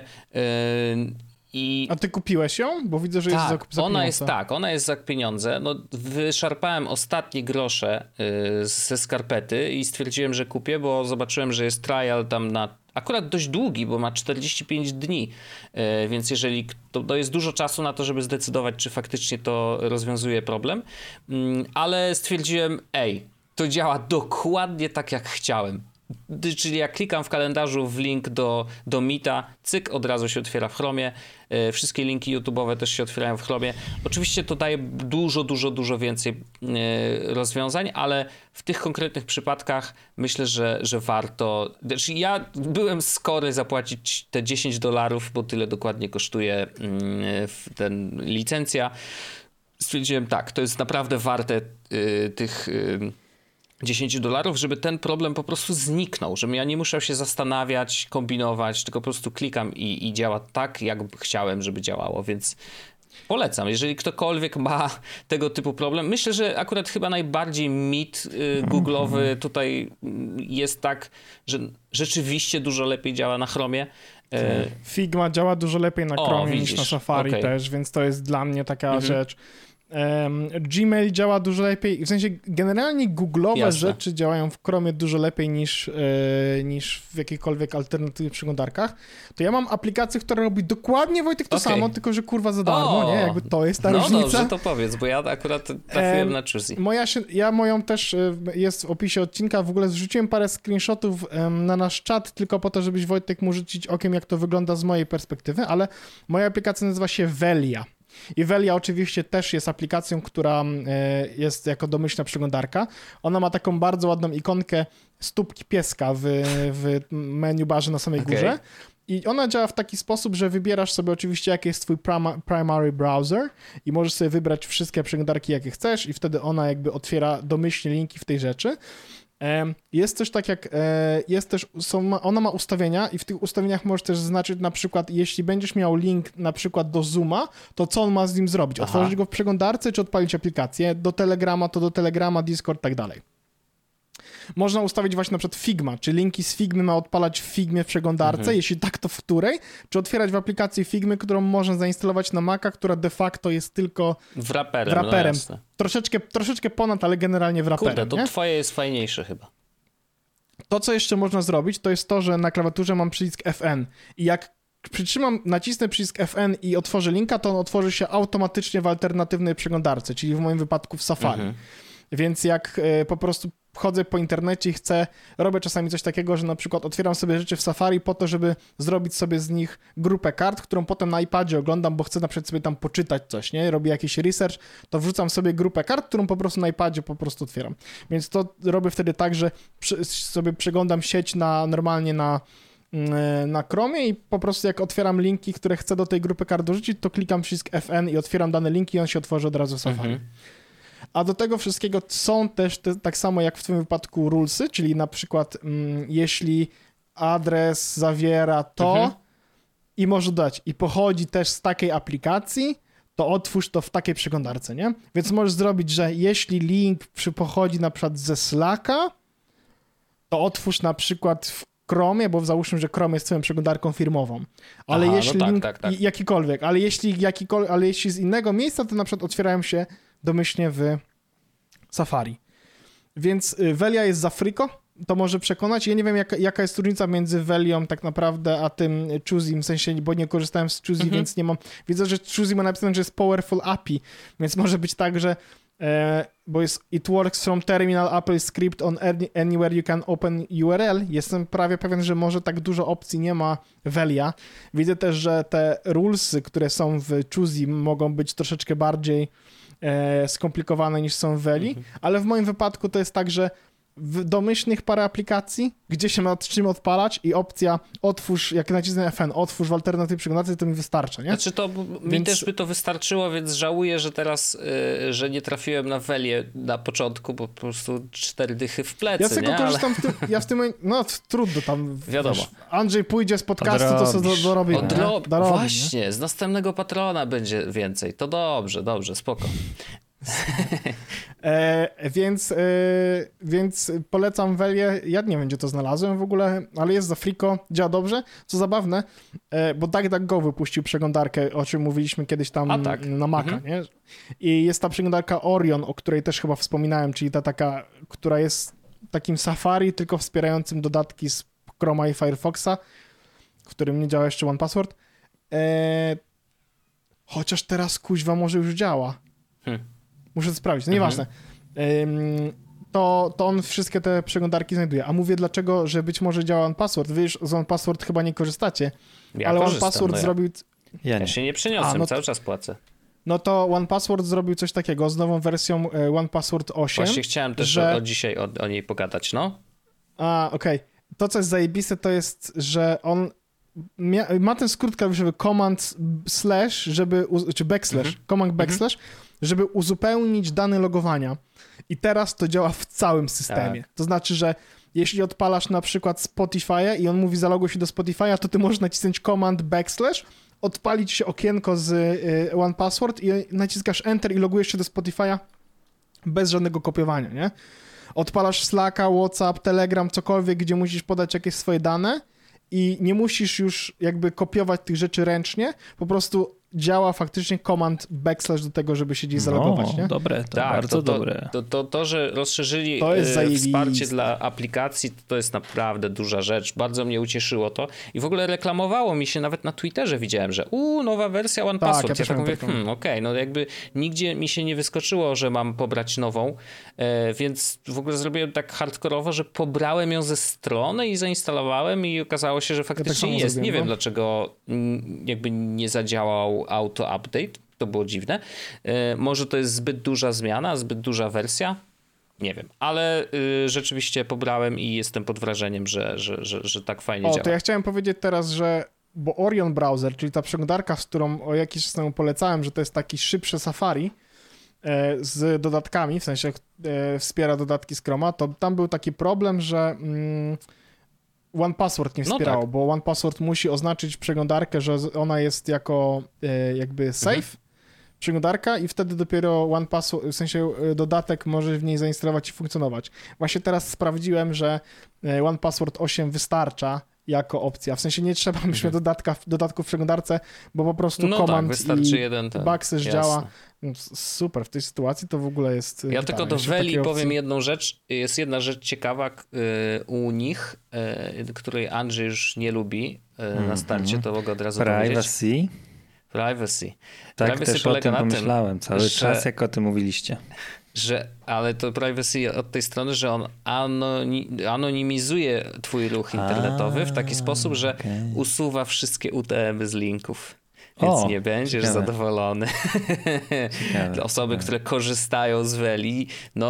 A ty kupiłeś ją? Bo widzę, że jest za pieniądze.
Ona jest za pieniądze. No, wyszarpałem ostatnie grosze ze skarpety i stwierdziłem, że kupię, bo zobaczyłem, że jest trial tam na akurat dość długi, bo ma 45 dni, więc jeżeli to jest dużo czasu na to, żeby zdecydować, czy faktycznie to rozwiązuje problem, ale stwierdziłem, to działa dokładnie tak, jak chciałem. Czyli jak klikam w kalendarzu w link do Meeta, cyk, od razu się otwiera w Chromie. Wszystkie linki YouTube'owe też się otwierają w Chromie. Oczywiście to daje dużo więcej rozwiązań, ale w tych konkretnych przypadkach myślę, że warto. Znaczy ja byłem skory zapłacić te $10, bo tyle dokładnie kosztuje ten licencja. Stwierdziłem, tak, to jest naprawdę warte tych $10, żeby ten problem po prostu zniknął, żebym ja nie musiał się zastanawiać, kombinować, tylko po prostu klikam i działa tak, jak chciałem, żeby działało, więc polecam. Jeżeli ktokolwiek ma tego typu problem, myślę, że akurat chyba najbardziej mit google'owy tutaj jest tak, że rzeczywiście dużo lepiej działa na Chromie.
Figma działa dużo lepiej na Chromie niż na Safari też, więc to jest dla mnie taka rzecz. Gmail działa dużo lepiej, w sensie generalnie google'owe rzeczy działają w Chromie dużo lepiej niż w jakichkolwiek alternatywnych przeglądarkach. To ja mam aplikację, która robi dokładnie, Wojtek, to samo, tylko że kurwa za darmo, nie? Jakby to jest ta różnica.
No dobrze, to powiedz, bo ja akurat trafiłem na Choosy.
Moją też jest w opisie odcinka, w ogóle zrzuciłem parę screenshotów na nasz czat, tylko po to, żebyś, Wojtek, mógł rzucić okiem, jak to wygląda z mojej perspektywy, ale moja aplikacja nazywa się Velia. I Velia oczywiście też jest aplikacją, która jest jako domyślna przeglądarka. Ona ma taką bardzo ładną ikonkę stópki pieska w menu barze na samej górze. I ona działa w taki sposób, że wybierasz sobie oczywiście, jaki jest twój primary browser i możesz sobie wybrać wszystkie przeglądarki, jakie chcesz i wtedy ona jakby otwiera domyślnie linki w tej rzeczy. Jest też tak jak, ona ma ustawienia i w tych ustawieniach możesz też zaznaczyć na przykład, jeśli będziesz miał link na przykład do Zooma, to co on ma z nim zrobić? Otworzyć go w przeglądarce czy odpalić aplikację? Do Telegrama to do Telegrama, Discord, tak dalej. Można ustawić właśnie na przykład Figma, czy linki z Figmy ma odpalać w Figmie w przeglądarce, jeśli tak, to w której? Czy otwierać w aplikacji Figmy, którą można zainstalować na Maca, która de facto jest tylko wraperem.
No
Troszeczkę ponad, ale generalnie wraperem.
Kurde, to
nie?
twoje jest fajniejsze chyba.
To, co jeszcze można zrobić, to jest to, że na klawiaturze mam przycisk FN i jak nacisnę przycisk FN i otworzę linka, to on otworzy się automatycznie w alternatywnej przeglądarce, czyli w moim wypadku w Safari. Więc jak po prostu chodzę po internecie i robię czasami coś takiego, że na przykład otwieram sobie rzeczy w Safari po to, żeby zrobić sobie z nich grupę kart, którą potem na iPadzie oglądam, bo chcę na przykład sobie tam poczytać coś, nie? Robię jakiś research, to wrzucam sobie grupę kart, którą po prostu na iPadzie po prostu otwieram. Więc to robię wtedy tak, że sobie przeglądam sieć normalnie na Chromie i po prostu jak otwieram linki, które chcę do tej grupy kart dorzucić, to klikam przycisk FN i otwieram dane linki i on się otworzy od razu w Safari. A do tego wszystkiego są też tak samo jak w twoim wypadku rulesy, czyli na przykład jeśli adres zawiera to i może dodać i pochodzi też z takiej aplikacji, to otwórz to w takiej przeglądarce, nie? Więc możesz zrobić, że jeśli link pochodzi na przykład ze Slacka, to otwórz na przykład w Chromie, bo załóżmy, że Chrome jest twoją przeglądarką firmową. Ale jeśli link jakikolwiek, ale jeśli z innego miejsca, to na przykład otwierają się domyślnie w Safari. Więc Velia jest za friko, to może przekonać. Ja nie wiem, jaka jest różnica między Velią tak naprawdę, a tym Choosy, w sensie, bo nie korzystałem z Choosy, więc nie mam... Widzę, że Choosy ma napisane, że jest Powerful API, więc może być tak, że bo jest It works from terminal Apple script on anywhere you can open URL. Jestem prawie pewien, że może tak dużo opcji nie ma Velia. Widzę też, że te rulesy, które są w Choosy, mogą być troszeczkę bardziej skomplikowane niż są w Veli, ale w moim wypadku to jest tak, że w domyślnych parę aplikacji, gdzie się ma czym odpalać i opcja otwórz, jak nacisnę FN, otwórz w alternatywnej przeglądarce, to mi wystarcza, nie?
Znaczy mi też by to wystarczyło, więc żałuję, że teraz, że nie trafiłem na Velię na początku, bo po prostu 4 dychy w plecy,
ja z tego korzystam, ja w tym, no trudno tam,
wiadomo.
Wiesz, Andrzej pójdzie z podcastu, to sobie dorobi.
Właśnie, z następnego patrona będzie więcej, to dobrze, spoko.
Więc polecam Velię. Ja nie wiem, gdzie to znalazłem w ogóle, ale jest za friko, działa dobrze. Co zabawne, bo DuckDuckGo wypuścił przeglądarkę, o czym mówiliśmy kiedyś tam na Maca, nie? I jest ta przeglądarka Orion, o której też chyba wspominałem, czyli ta taka, która jest takim Safari, tylko wspierającym dodatki z Chroma i Firefoxa, w którym nie działa jeszcze OnePassword. Chociaż teraz kuźwa może już działa. Muszę to sprawdzić, no nieważne. To on wszystkie te przeglądarki znajduje. A mówię dlaczego, że być może działa OnePassword. Wy już z OnePassword chyba nie korzystacie. Ale OnePassword zrobił...
Ja się nie przeniosłem, cały czas płacę.
No to OnePassword zrobił coś takiego z nową wersją OnePassword 8.
Właśnie chciałem też dzisiaj o niej pogadać, no.
Okej. To, co jest zajebiste, to jest, że on ma ten skrót klawiszowy command slash, czy backslash, command backslash, żeby uzupełnić dane logowania. I teraz to działa w całym systemie. To znaczy, że jeśli odpalasz na przykład Spotify'a i on mówi zaloguj się do Spotify'a, to ty możesz nacisnąć command backslash, odpalić się okienko z OnePassword i naciskasz Enter i logujesz się do Spotify'a bez żadnego kopiowania, nie? Odpalasz Slacka, WhatsApp, Telegram, cokolwiek, gdzie musisz podać jakieś swoje dane i nie musisz już jakby kopiować tych rzeczy ręcznie, po prostu działa faktycznie command backslash do tego, żeby się gdzieś zalogować, nie?
Dobre, to bardzo dobre.
To, że rozszerzyli wsparcie dla aplikacji, to jest naprawdę duża rzecz. Bardzo mnie ucieszyło to. I w ogóle reklamowało mi się, nawet na Twitterze widziałem, że nowa wersja OnePassword. Ja tak mówię, okej, no jakby nigdzie mi się nie wyskoczyło, że mam pobrać nową, więc w ogóle zrobiłem tak hardkorowo, że pobrałem ją ze strony i zainstalowałem i okazało się, że faktycznie jest. Nie wiem, dlaczego jakby nie zadziałał auto-update. To było dziwne. Może to jest zbyt duża zmiana, zbyt duża wersja? Nie wiem, ale rzeczywiście pobrałem i jestem pod wrażeniem, że tak fajnie działa.
To ja chciałem powiedzieć teraz, że bo Orion Browser, czyli ta przeglądarka, z którą o jakiś czas temu polecałem, że to jest taki szybszy Safari z dodatkami, w sensie wspiera dodatki z Chroma, to tam był taki problem, że OnePassword nie wspierało, tak. Bo OnePassword musi oznaczyć przeglądarkę, że ona jest jako jakby safe przeglądarka i wtedy dopiero OnePassword, w sensie dodatek może w niej zainstalować i funkcjonować. Właśnie teraz sprawdziłem, że OnePassword 8 wystarcza jako opcja. W sensie nie trzeba mieć dodatku w przeglądarce, bo po prostu command
wystarczy
i
jeden
backslash działa. Super, w tej sytuacji to w ogóle jest...
Ja tylko do Weli powiem jedną rzecz. Jest jedna rzecz ciekawa u nich, której Andrzej już nie lubi na starcie, to mogę od razu powiedzieć. Privacy.
Tak,
Privacy
też o tym pomyślałem cały czas, jak o tym mówiliście.
Ale to privacy od tej strony, że on anonimizuje twój ruch internetowy w taki sposób, że usuwa wszystkie UTM-y z linków. Więc nie będziesz zadowolony. Dla osoby, które korzystają z Weli,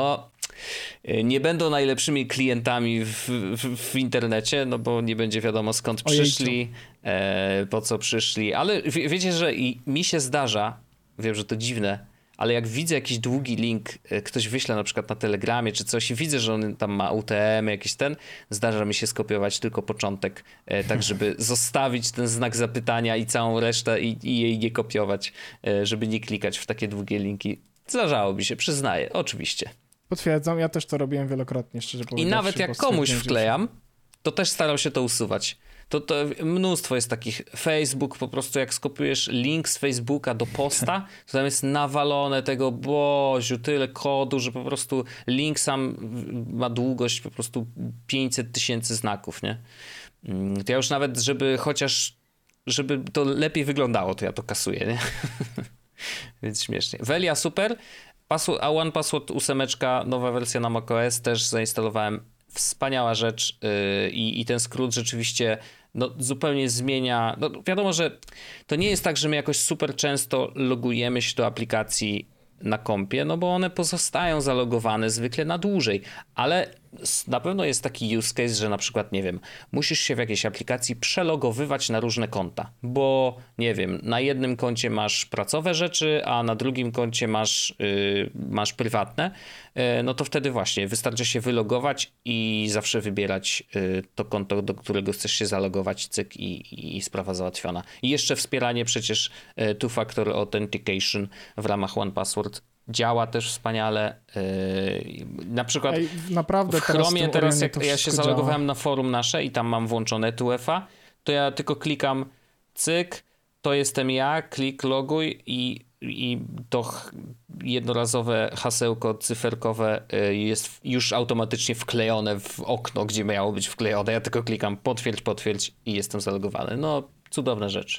nie będą najlepszymi klientami w internecie, no bo nie będzie wiadomo skąd przyszli, po co przyszli, ale wiecie, że i mi się zdarza, wiem, że to dziwne, ale jak widzę jakiś długi link, ktoś wyśle na przykład na Telegramie czy coś i widzę, że on tam ma UTM, zdarza mi się skopiować tylko początek, tak żeby zostawić ten znak zapytania i całą resztę i jej nie kopiować, żeby nie klikać w takie długie linki. Zdarzało mi się, przyznaję, oczywiście.
Potwierdzam, ja też to robiłem wielokrotnie, szczerze powiedziawszy.
I nawet jak komuś wklejam, to też staram się to usuwać. To mnóstwo jest takich. Facebook, po prostu jak skopiujesz link z Facebooka do posta, to tam jest nawalone tego, Boziu, tyle kodu, że po prostu link sam ma długość po prostu 500 000 znaków, nie? To ja już nawet, żeby to lepiej wyglądało, to ja to kasuję, nie? Więc śmiesznie. Welia super, a OnePassword 8, nowa wersja na macOS też zainstalowałem. Wspaniała rzecz i ten skrót rzeczywiście zupełnie zmienia. Wiadomo, że to nie jest tak, że my jakoś super często logujemy się do aplikacji na kompie, bo one pozostają zalogowane zwykle na dłużej, ale na pewno jest taki use case, że na przykład, nie wiem, musisz się w jakiejś aplikacji przelogowywać na różne konta, bo nie wiem, na jednym koncie masz pracowe rzeczy, a na drugim koncie masz prywatne, to wtedy właśnie wystarczy się wylogować i zawsze wybierać to konto, do którego chcesz się zalogować, cyk i sprawa załatwiona. I jeszcze wspieranie przecież two-factor authentication w ramach OnePassword działa też wspaniale. Na przykład
naprawdę
w Chromie teraz
jak
ja się zalogowałem na forum nasze i tam mam włączone 2FA, to ja tylko klikam cyk, to jestem ja, klik loguj i to jednorazowe hasełko cyferkowe jest już automatycznie wklejone w okno, gdzie miało być wklejone. Ja tylko klikam potwierdź i jestem zalogowany. Cudowna rzecz.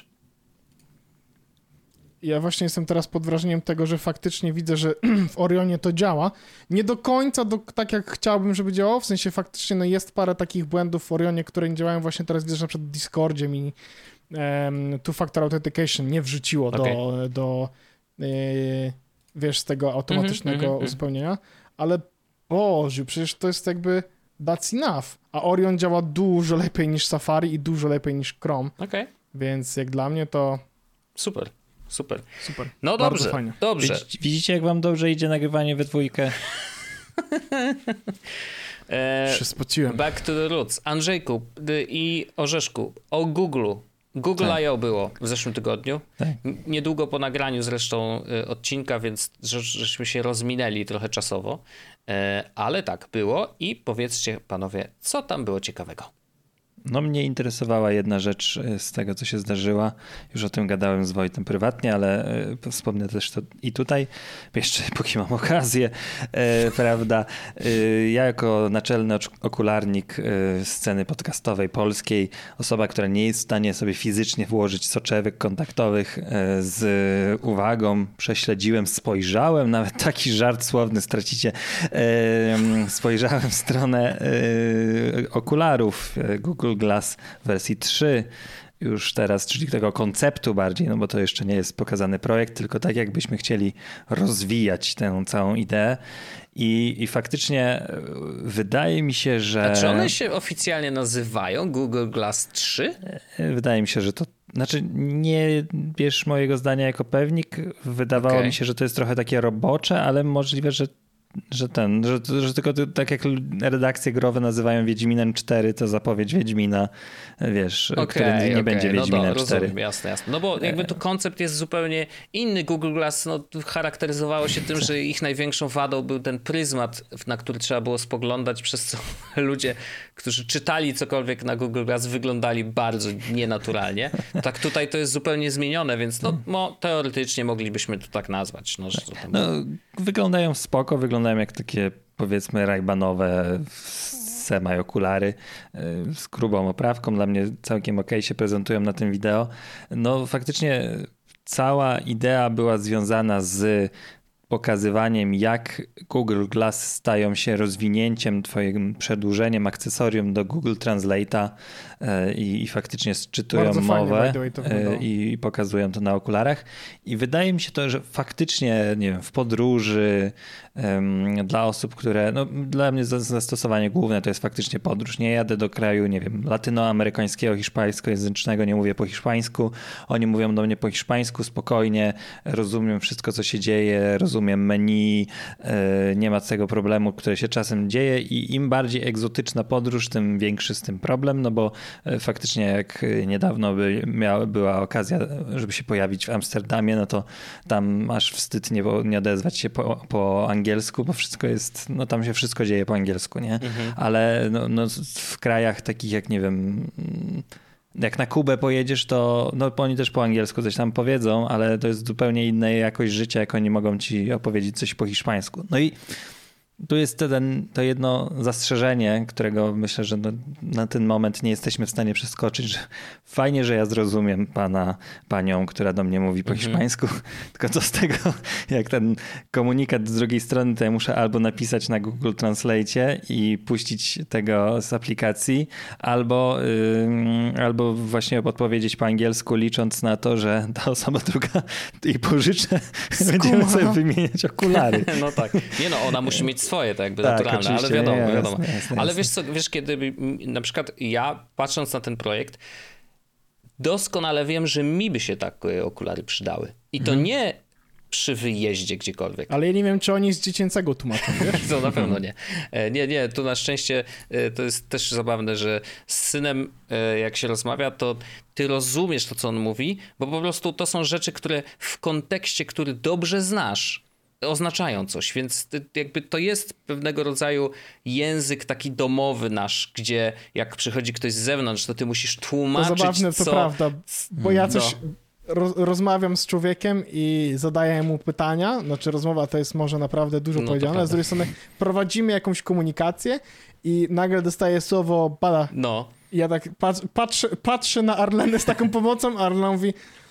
Ja właśnie jestem teraz pod wrażeniem tego, że faktycznie widzę, że w Orionie to działa. Nie do końca tak, jak chciałbym, żeby działało. W sensie faktycznie jest parę takich błędów w Orionie, które nie działają. Właśnie teraz widzę, że na przykład w Discordzie mi two-factor authentication nie wrzuciło do wiesz, z tego automatycznego uzupełnienia. Ale Boże, przecież to jest jakby that's enough. A Orion działa dużo lepiej niż Safari i dużo lepiej niż Chrome. Więc jak dla mnie to...
Super.
No
dobrze,
fajnie.
Dobrze.
Widzicie, jak wam dobrze idzie nagrywanie we dwójkę?
Się spociłem.
Back to the roots. Andrzejku i Orzeszku, o Google I.O. było w zeszłym tygodniu.
Tak.
Niedługo po nagraniu zresztą odcinka, więc żeśmy się rozminęli trochę czasowo. Ale tak, było i powiedzcie panowie, co tam było ciekawego?
Mnie interesowała jedna rzecz z tego, co się zdarzyła. Już o tym gadałem z Wojtem prywatnie, ale wspomnę też to i tutaj, jeszcze póki mam okazję, prawda. Ja jako naczelny okularnik sceny podcastowej polskiej, osoba, która nie jest w stanie sobie fizycznie włożyć soczewek kontaktowych, z uwagą prześledziłem, spojrzałem, nawet taki żart słowny stracicie, spojrzałem w stronę okularów Google Glass wersji 3 już teraz, czyli tego konceptu bardziej, no bo to jeszcze nie jest pokazany projekt, tylko tak jakbyśmy chcieli rozwijać tę całą ideę i faktycznie wydaje mi się, że...
A czy one się oficjalnie nazywają Google Glass 3?
Wydaje mi się, że to... Znaczy nie bierz mojego zdania jako pewnik. Wydawało mi się, że to jest trochę takie robocze, ale możliwe, że tylko tak jak redakcje growe nazywają Wiedźminem 4, to zapowiedź Wiedźmina, wiesz, który nie będzie Wiedźminem 4.
Rozumiem, jasne. No bo jakby tu koncept jest zupełnie inny. Google Glass charakteryzowało się tym, że ich największą wadą był ten pryzmat, na który trzeba było spoglądać, przez co ludzie, którzy czytali cokolwiek na Google Glass, wyglądali bardzo nienaturalnie. Tak tutaj to jest zupełnie zmienione, więc teoretycznie moglibyśmy to tak nazwać.
Wyglądają spoko, wyglądają jak takie, powiedzmy, Ray-Banowe semi-okulary z grubą oprawką. Dla mnie całkiem okej się prezentują na tym wideo. No faktycznie cała idea była związana z pokazywaniem, jak Google Glass stają się rozwinięciem, twoim przedłużeniem, akcesorium do Google Translate'a i faktycznie sczytują
bardzo
mowę
fajnie,
i pokazują to na okularach. I wydaje mi się to, że faktycznie, nie wiem, w podróży dla osób, które, no dla mnie zastosowanie główne to jest faktycznie podróż. Nie jadę do kraju, nie wiem, latynoamerykańskiego, hiszpańskojęzycznego, nie mówię po hiszpańsku. Oni mówią do mnie po hiszpańsku spokojnie, rozumiem wszystko, co się dzieje, rozumiem menu, nie ma tego problemu, który się czasem dzieje i im bardziej egzotyczna podróż, tym większy z tym problem, no bo faktycznie jak niedawno była okazja, żeby się pojawić w Amsterdamie, no to tam masz wstyd nie odezwać się po angielsku, bo wszystko jest, no tam się wszystko dzieje po angielsku, nie? Ale no w krajach takich jak, nie wiem, jak na Kubę pojedziesz, to no oni też po angielsku coś tam powiedzą, ale to jest zupełnie inna jakość życia, jak oni mogą ci opowiedzieć coś po hiszpańsku. No i tu jest to jedno zastrzeżenie, którego myślę, że na ten moment nie jesteśmy w stanie przeskoczyć, że fajnie, że ja zrozumiem panią, która do mnie mówi po hiszpańsku, tylko co z tego, jak ten komunikat z drugiej strony, to ja muszę albo napisać na Google Translate i puścić tego z aplikacji, albo właśnie odpowiedzieć po angielsku, licząc na to, że ta osoba druga jej pożyczy, będziemy sobie wymieniać okulary.
No tak. Nie no, ona musi mieć swoje, tak jakby
tak,
naturalne, ale wiadomo.
Jasne.
Ale wiesz, kiedy na przykład ja, patrząc na ten projekt, doskonale wiem, że mi by się takie okulary przydały. I to nie przy wyjeździe gdziekolwiek.
Ale ja nie wiem, czy oni z dziecięcego tłumaczą, wiesz?
To na pewno nie. Nie, tu na szczęście to jest też zabawne, że z synem jak się rozmawia, to ty rozumiesz to, co on mówi, bo po prostu to są rzeczy, które w kontekście, który dobrze znasz, oznaczają coś, więc jakby to jest pewnego rodzaju język taki domowy nasz, gdzie jak przychodzi ktoś z zewnątrz, to ty musisz tłumaczyć,
to zabawne,
co...
to prawda, bo ja coś rozmawiam z człowiekiem i zadaję mu pytania, znaczy rozmowa to jest może naprawdę dużo powiedziane, ale z drugiej strony prowadzimy jakąś komunikację i nagle dostaję słowo bada.
No.
Ja tak patrzę na Arlenę z taką pomocą, a Arlena mówi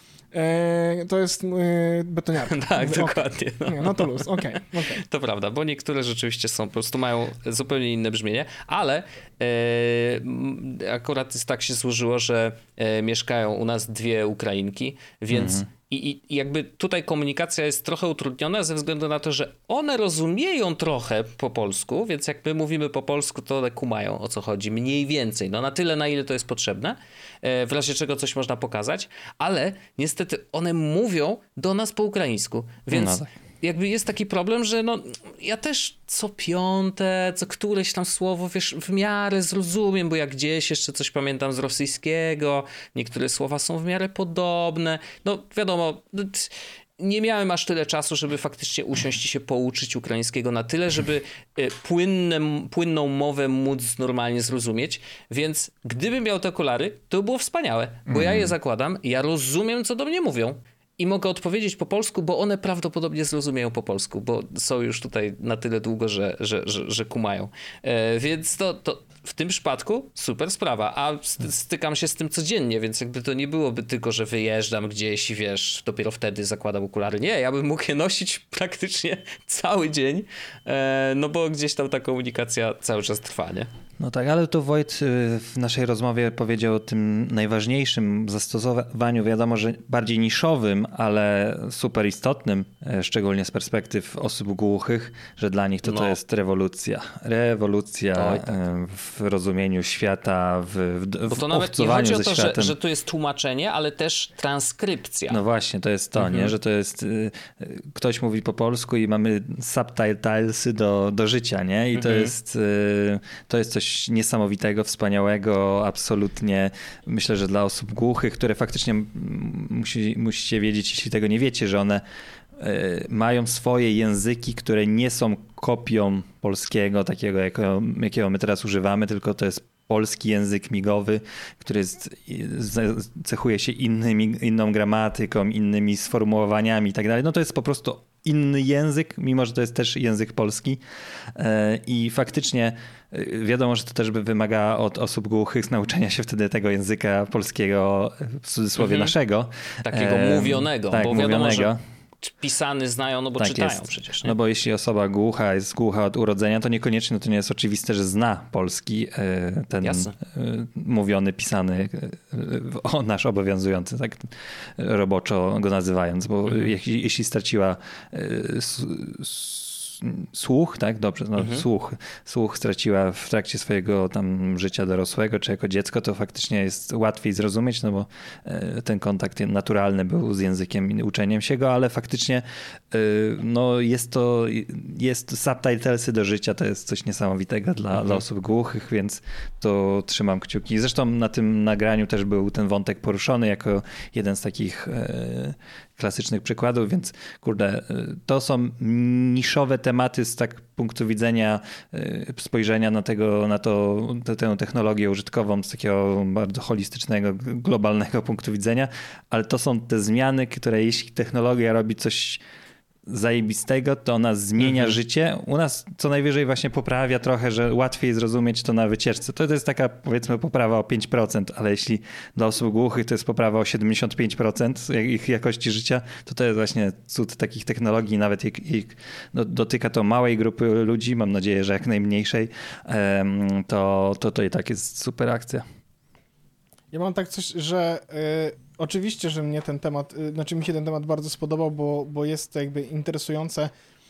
to jest betoniarka.
Tak,
mówię,
dokładnie.
Okay. Nie, no to luz, okej.
To prawda, bo niektóre rzeczywiście są, po prostu mają zupełnie inne brzmienie, ale akurat tak się złożyło, że mieszkają u nas dwie Ukrainki, więc i jakby tutaj komunikacja jest trochę utrudniona ze względu na to, że one rozumieją trochę po polsku, więc jak my mówimy po polsku, to one kumają, o co chodzi, mniej więcej, no na tyle, na ile to jest potrzebne, w razie czego coś można pokazać, ale niestety one mówią do nas po ukraińsku, więc jakby jest taki problem, że no ja też co piąte, co któreś tam słowo, wiesz, w miarę zrozumiem, bo jak gdzieś jeszcze coś pamiętam z rosyjskiego, niektóre słowa są w miarę podobne, no wiadomo, nie miałem aż tyle czasu, żeby faktycznie usiąść i się pouczyć ukraińskiego na tyle, żeby płynną mowę móc normalnie zrozumieć, więc gdybym miał te okulary, to było wspaniałe, bo ja je zakładam, ja rozumiem, co do mnie mówią. I mogę odpowiedzieć po polsku, bo one prawdopodobnie zrozumieją po polsku, bo są już tutaj na tyle długo, że kumają. Więc to w tym przypadku super sprawa, a stykam się z tym codziennie, więc jakby to nie byłoby tylko, że wyjeżdżam gdzieś i wiesz, dopiero wtedy zakładam okulary. Nie, ja bym mógł je nosić praktycznie cały dzień, no bo gdzieś tam ta komunikacja cały czas trwa, nie?
No tak, ale tu Wojt w naszej rozmowie powiedział o tym najważniejszym zastosowaniu, wiadomo, że bardziej niszowym, ale super istotnym, szczególnie z perspektyw osób głuchych, że dla nich to jest rewolucja. Rewolucja
Oj, tak.
w rozumieniu świata, w
Bo to nawet nie
obcowaniu
chodzi o
ze
to,
światem.
że tu jest tłumaczenie, ale też transkrypcja.
No właśnie, to jest to, nie? Że to jest, ktoś mówi po polsku i mamy subtitlesy do życia, nie? I to jest coś niesamowitego, wspaniałego, absolutnie. Myślę, że dla osób głuchych, które faktycznie musicie wiedzieć, jeśli tego nie wiecie, że one mają swoje języki, które nie są kopią polskiego, takiego jakiego my teraz używamy, tylko to jest polski język migowy, który cechuje się inną gramatyką, innymi sformułowaniami i tak dalej. No to jest po prostu inny język, mimo że to jest też język polski i faktycznie wiadomo, że to też wymaga od osób głuchych nauczenia się wtedy tego języka polskiego, w cudzysłowie naszego.
Takiego mówionego,
tak,
bo wiadomo,
mówionego.
że pisany znają, no bo
Tak
czytają
jest.
przecież. Nie?
No bo jeśli osoba głucha jest głucha od urodzenia, to niekoniecznie to nie jest oczywiste, że zna polski, ten mówiony, pisany, nasz obowiązujący, tak roboczo go nazywając, bo jeśli straciła słuch, tak? Dobrze, no, słuch straciła w trakcie swojego tam życia dorosłego, czy jako dziecko, to faktycznie jest łatwiej zrozumieć, no bo ten kontakt naturalny był z językiem i uczeniem się go, ale faktycznie no jest subtitlesy do życia, to jest coś niesamowitego dla osób głuchych, więc to trzymam kciuki. Zresztą na tym nagraniu też był ten wątek poruszony jako jeden z takich klasycznych przykładów, więc kurde, to są niszowe tematy z punktu widzenia spojrzenia na tę technologię użytkową z takiego bardzo holistycznego, globalnego punktu widzenia, ale to są te zmiany, które jeśli technologia robi coś zajebistego, to ona zmienia życie. U nas co najwyżej właśnie poprawia trochę, że łatwiej zrozumieć to na wycieczce. To jest taka, powiedzmy, poprawa o 5%, ale jeśli dla osób głuchych to jest poprawa o 75% ich jakości życia, to jest właśnie cud takich technologii. Nawet dotyka to małej grupy ludzi, mam nadzieję, że jak najmniejszej, to i tak jest super akcja.
Ja mam tak coś, że oczywiście, że mi się ten temat bardzo spodobał, bo jest to jakby interesujące.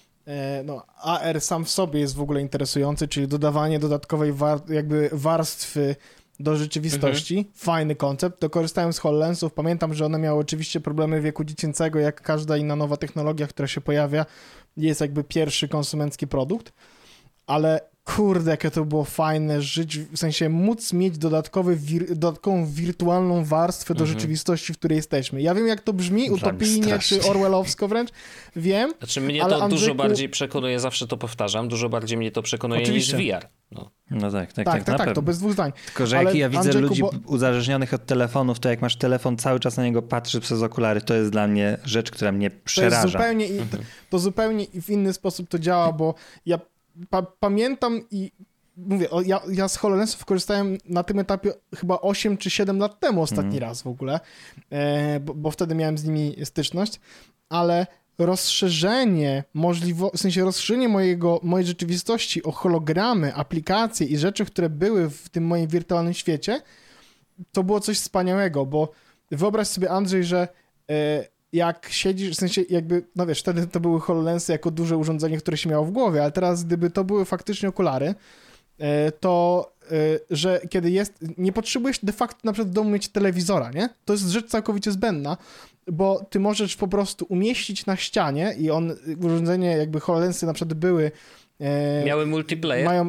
AR sam w sobie jest w ogóle interesujący, czyli dodawanie dodatkowej jakby warstwy do rzeczywistości. Fajny koncept. To korzystałem z HoloLensów. Pamiętam, że one miały oczywiście problemy wieku dziecięcego, jak każda inna nowa technologia, która się pojawia. Jest jakby pierwszy konsumencki produkt, ale kurde, jakie to było fajne żyć, w sensie móc mieć dodatkową wirtualną warstwę do rzeczywistości, w której jesteśmy. Ja wiem, jak to brzmi, utopijnie czy orwellowsko wręcz, wiem.
Znaczy mnie
ale
to
Andrzejku...
dużo bardziej przekonuje, zawsze to powtarzam, dużo bardziej mnie to przekonuje
Oczywiście.
niż VR.
No tak,
to bez dwóch zdań.
Tylko, że
ale
jak ja widzę
Andrzejku,
ludzi uzależnionych od telefonów, to jak masz telefon, cały czas na niego patrzysz przez okulary, to jest dla mnie rzecz, która mnie przeraża.
To zupełnie w inny sposób to działa, bo ja pamiętam i mówię, ja z HoloLensów korzystałem na tym etapie chyba 8 czy 7 lat temu ostatni raz w ogóle, bo wtedy miałem z nimi styczność, ale rozszerzenie mojej rzeczywistości o hologramy, aplikacje i rzeczy, które były w tym moim wirtualnym świecie, to było coś wspaniałego, bo wyobraź sobie, Andrzej, że jak siedzisz, w sensie jakby, no wiesz, wtedy to były HoloLensy jako duże urządzenie, które się miało w głowie, ale teraz gdyby to były faktycznie okulary, to że kiedy nie potrzebujesz de facto na przykład w domu mieć telewizora, nie? To jest rzecz całkowicie zbędna, bo ty możesz po prostu umieścić na ścianie i urządzenie jakby HoloLensy na przykład były...
Miały multiplayer?
Mają...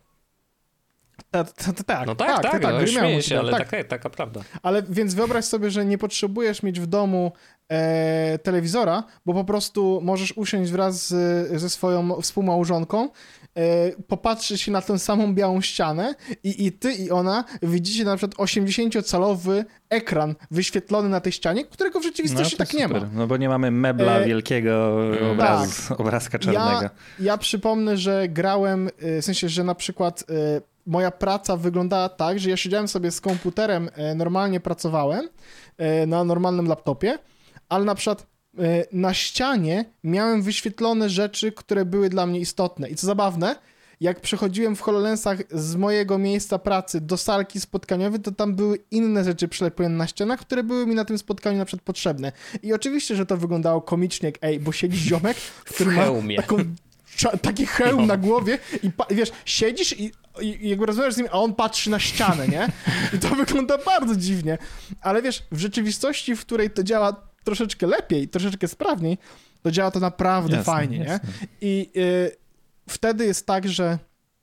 Tak,
no, śmieję się, ale
tak.
taka prawda.
Ale więc wyobraź sobie, że nie potrzebujesz mieć w domu telewizora, bo po prostu możesz usiąść wraz ze swoją współmałżonką, popatrzeć się na tę samą białą ścianę i ty i ona widzicie na przykład 80-calowy ekran wyświetlony na tej ścianie, którego w rzeczywistości tak nie ma.
No bo nie mamy mebla wielkiego obrazka czarnego.
Ja przypomnę, że grałem, w sensie, że na przykład moja praca wyglądała tak, że ja siedziałem sobie z komputerem, normalnie pracowałem na normalnym laptopie, ale na przykład na ścianie miałem wyświetlone rzeczy, które były dla mnie istotne. I co zabawne, jak przechodziłem w HoloLensach z mojego miejsca pracy do salki spotkaniowej, to tam były inne rzeczy przylepione na ścianach, które były mi na tym spotkaniu na przykład potrzebne. I oczywiście, że to wyglądało komicznie, bo siedzi ziomek, który ma taki hełm na głowie i wiesz, siedzisz i jakby rozmawiasz z nim, a on patrzy na ścianę, nie? I to wygląda bardzo dziwnie. Ale wiesz, w rzeczywistości, w której to działa troszeczkę lepiej, troszeczkę sprawniej, to działa to naprawdę fajnie, nie? I wtedy jest tak, że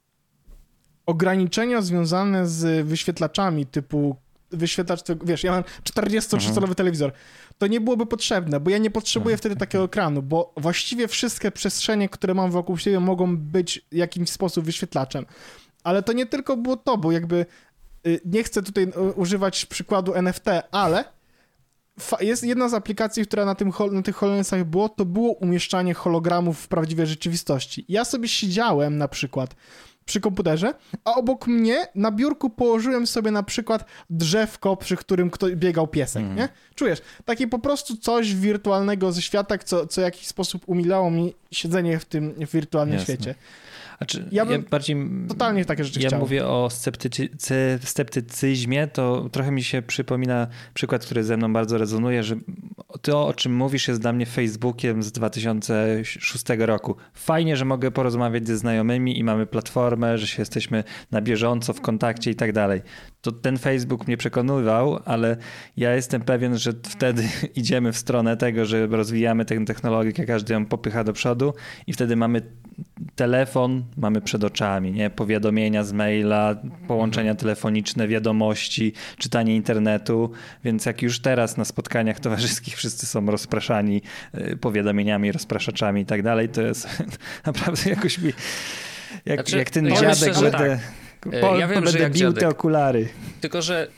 ograniczenia związane z wyświetlaczami typu wyświetlacz, wiesz, ja mam 43-calowy telewizor, to nie byłoby potrzebne, bo ja nie potrzebuję wtedy takiego ekranu, bo właściwie wszystkie przestrzenie, które mam wokół siebie, mogą być w jakimś sposób wyświetlaczem. Ale to nie tylko było to, bo jakby nie chcę tutaj używać przykładu NFT, ale jest jedna z aplikacji, która na tych HoloLensach to było umieszczanie hologramów w prawdziwej rzeczywistości. Ja sobie siedziałem na przykład przy komputerze, a obok mnie na biurku położyłem sobie na przykład drzewko, przy którym biegał piesek, nie? Czujesz? Takie po prostu coś wirtualnego ze świata, co w jakiś sposób umilało mi siedzenie w tym wirtualnym świecie.
Znaczy,
ja totalnie takie rzeczy chciał.
Ja mówię o sceptycyzmie, to trochę mi się przypomina przykład, który ze mną bardzo rezonuje, że to, o czym mówisz, jest dla mnie Facebookiem z 2006 roku. Fajnie, że mogę porozmawiać ze znajomymi i mamy platformę, że się jesteśmy na bieżąco w kontakcie i tak dalej. To ten Facebook mnie przekonywał, ale ja jestem pewien, że wtedy idziemy w stronę tego, że rozwijamy tę technologię, każdy ją popycha do przodu i wtedy mamy telefon, mamy przed oczami, nie? Powiadomienia z maila, połączenia telefoniczne, wiadomości, czytanie internetu, więc jak już teraz na spotkaniach towarzyskich wszyscy są rozpraszani powiadomieniami, rozpraszaczami i tak dalej, to jest naprawdę jakoś mi... Jak ten dziadek będę...
Ja wiem, że jak
bił
dziadek.
Te okulary.
Tylko, że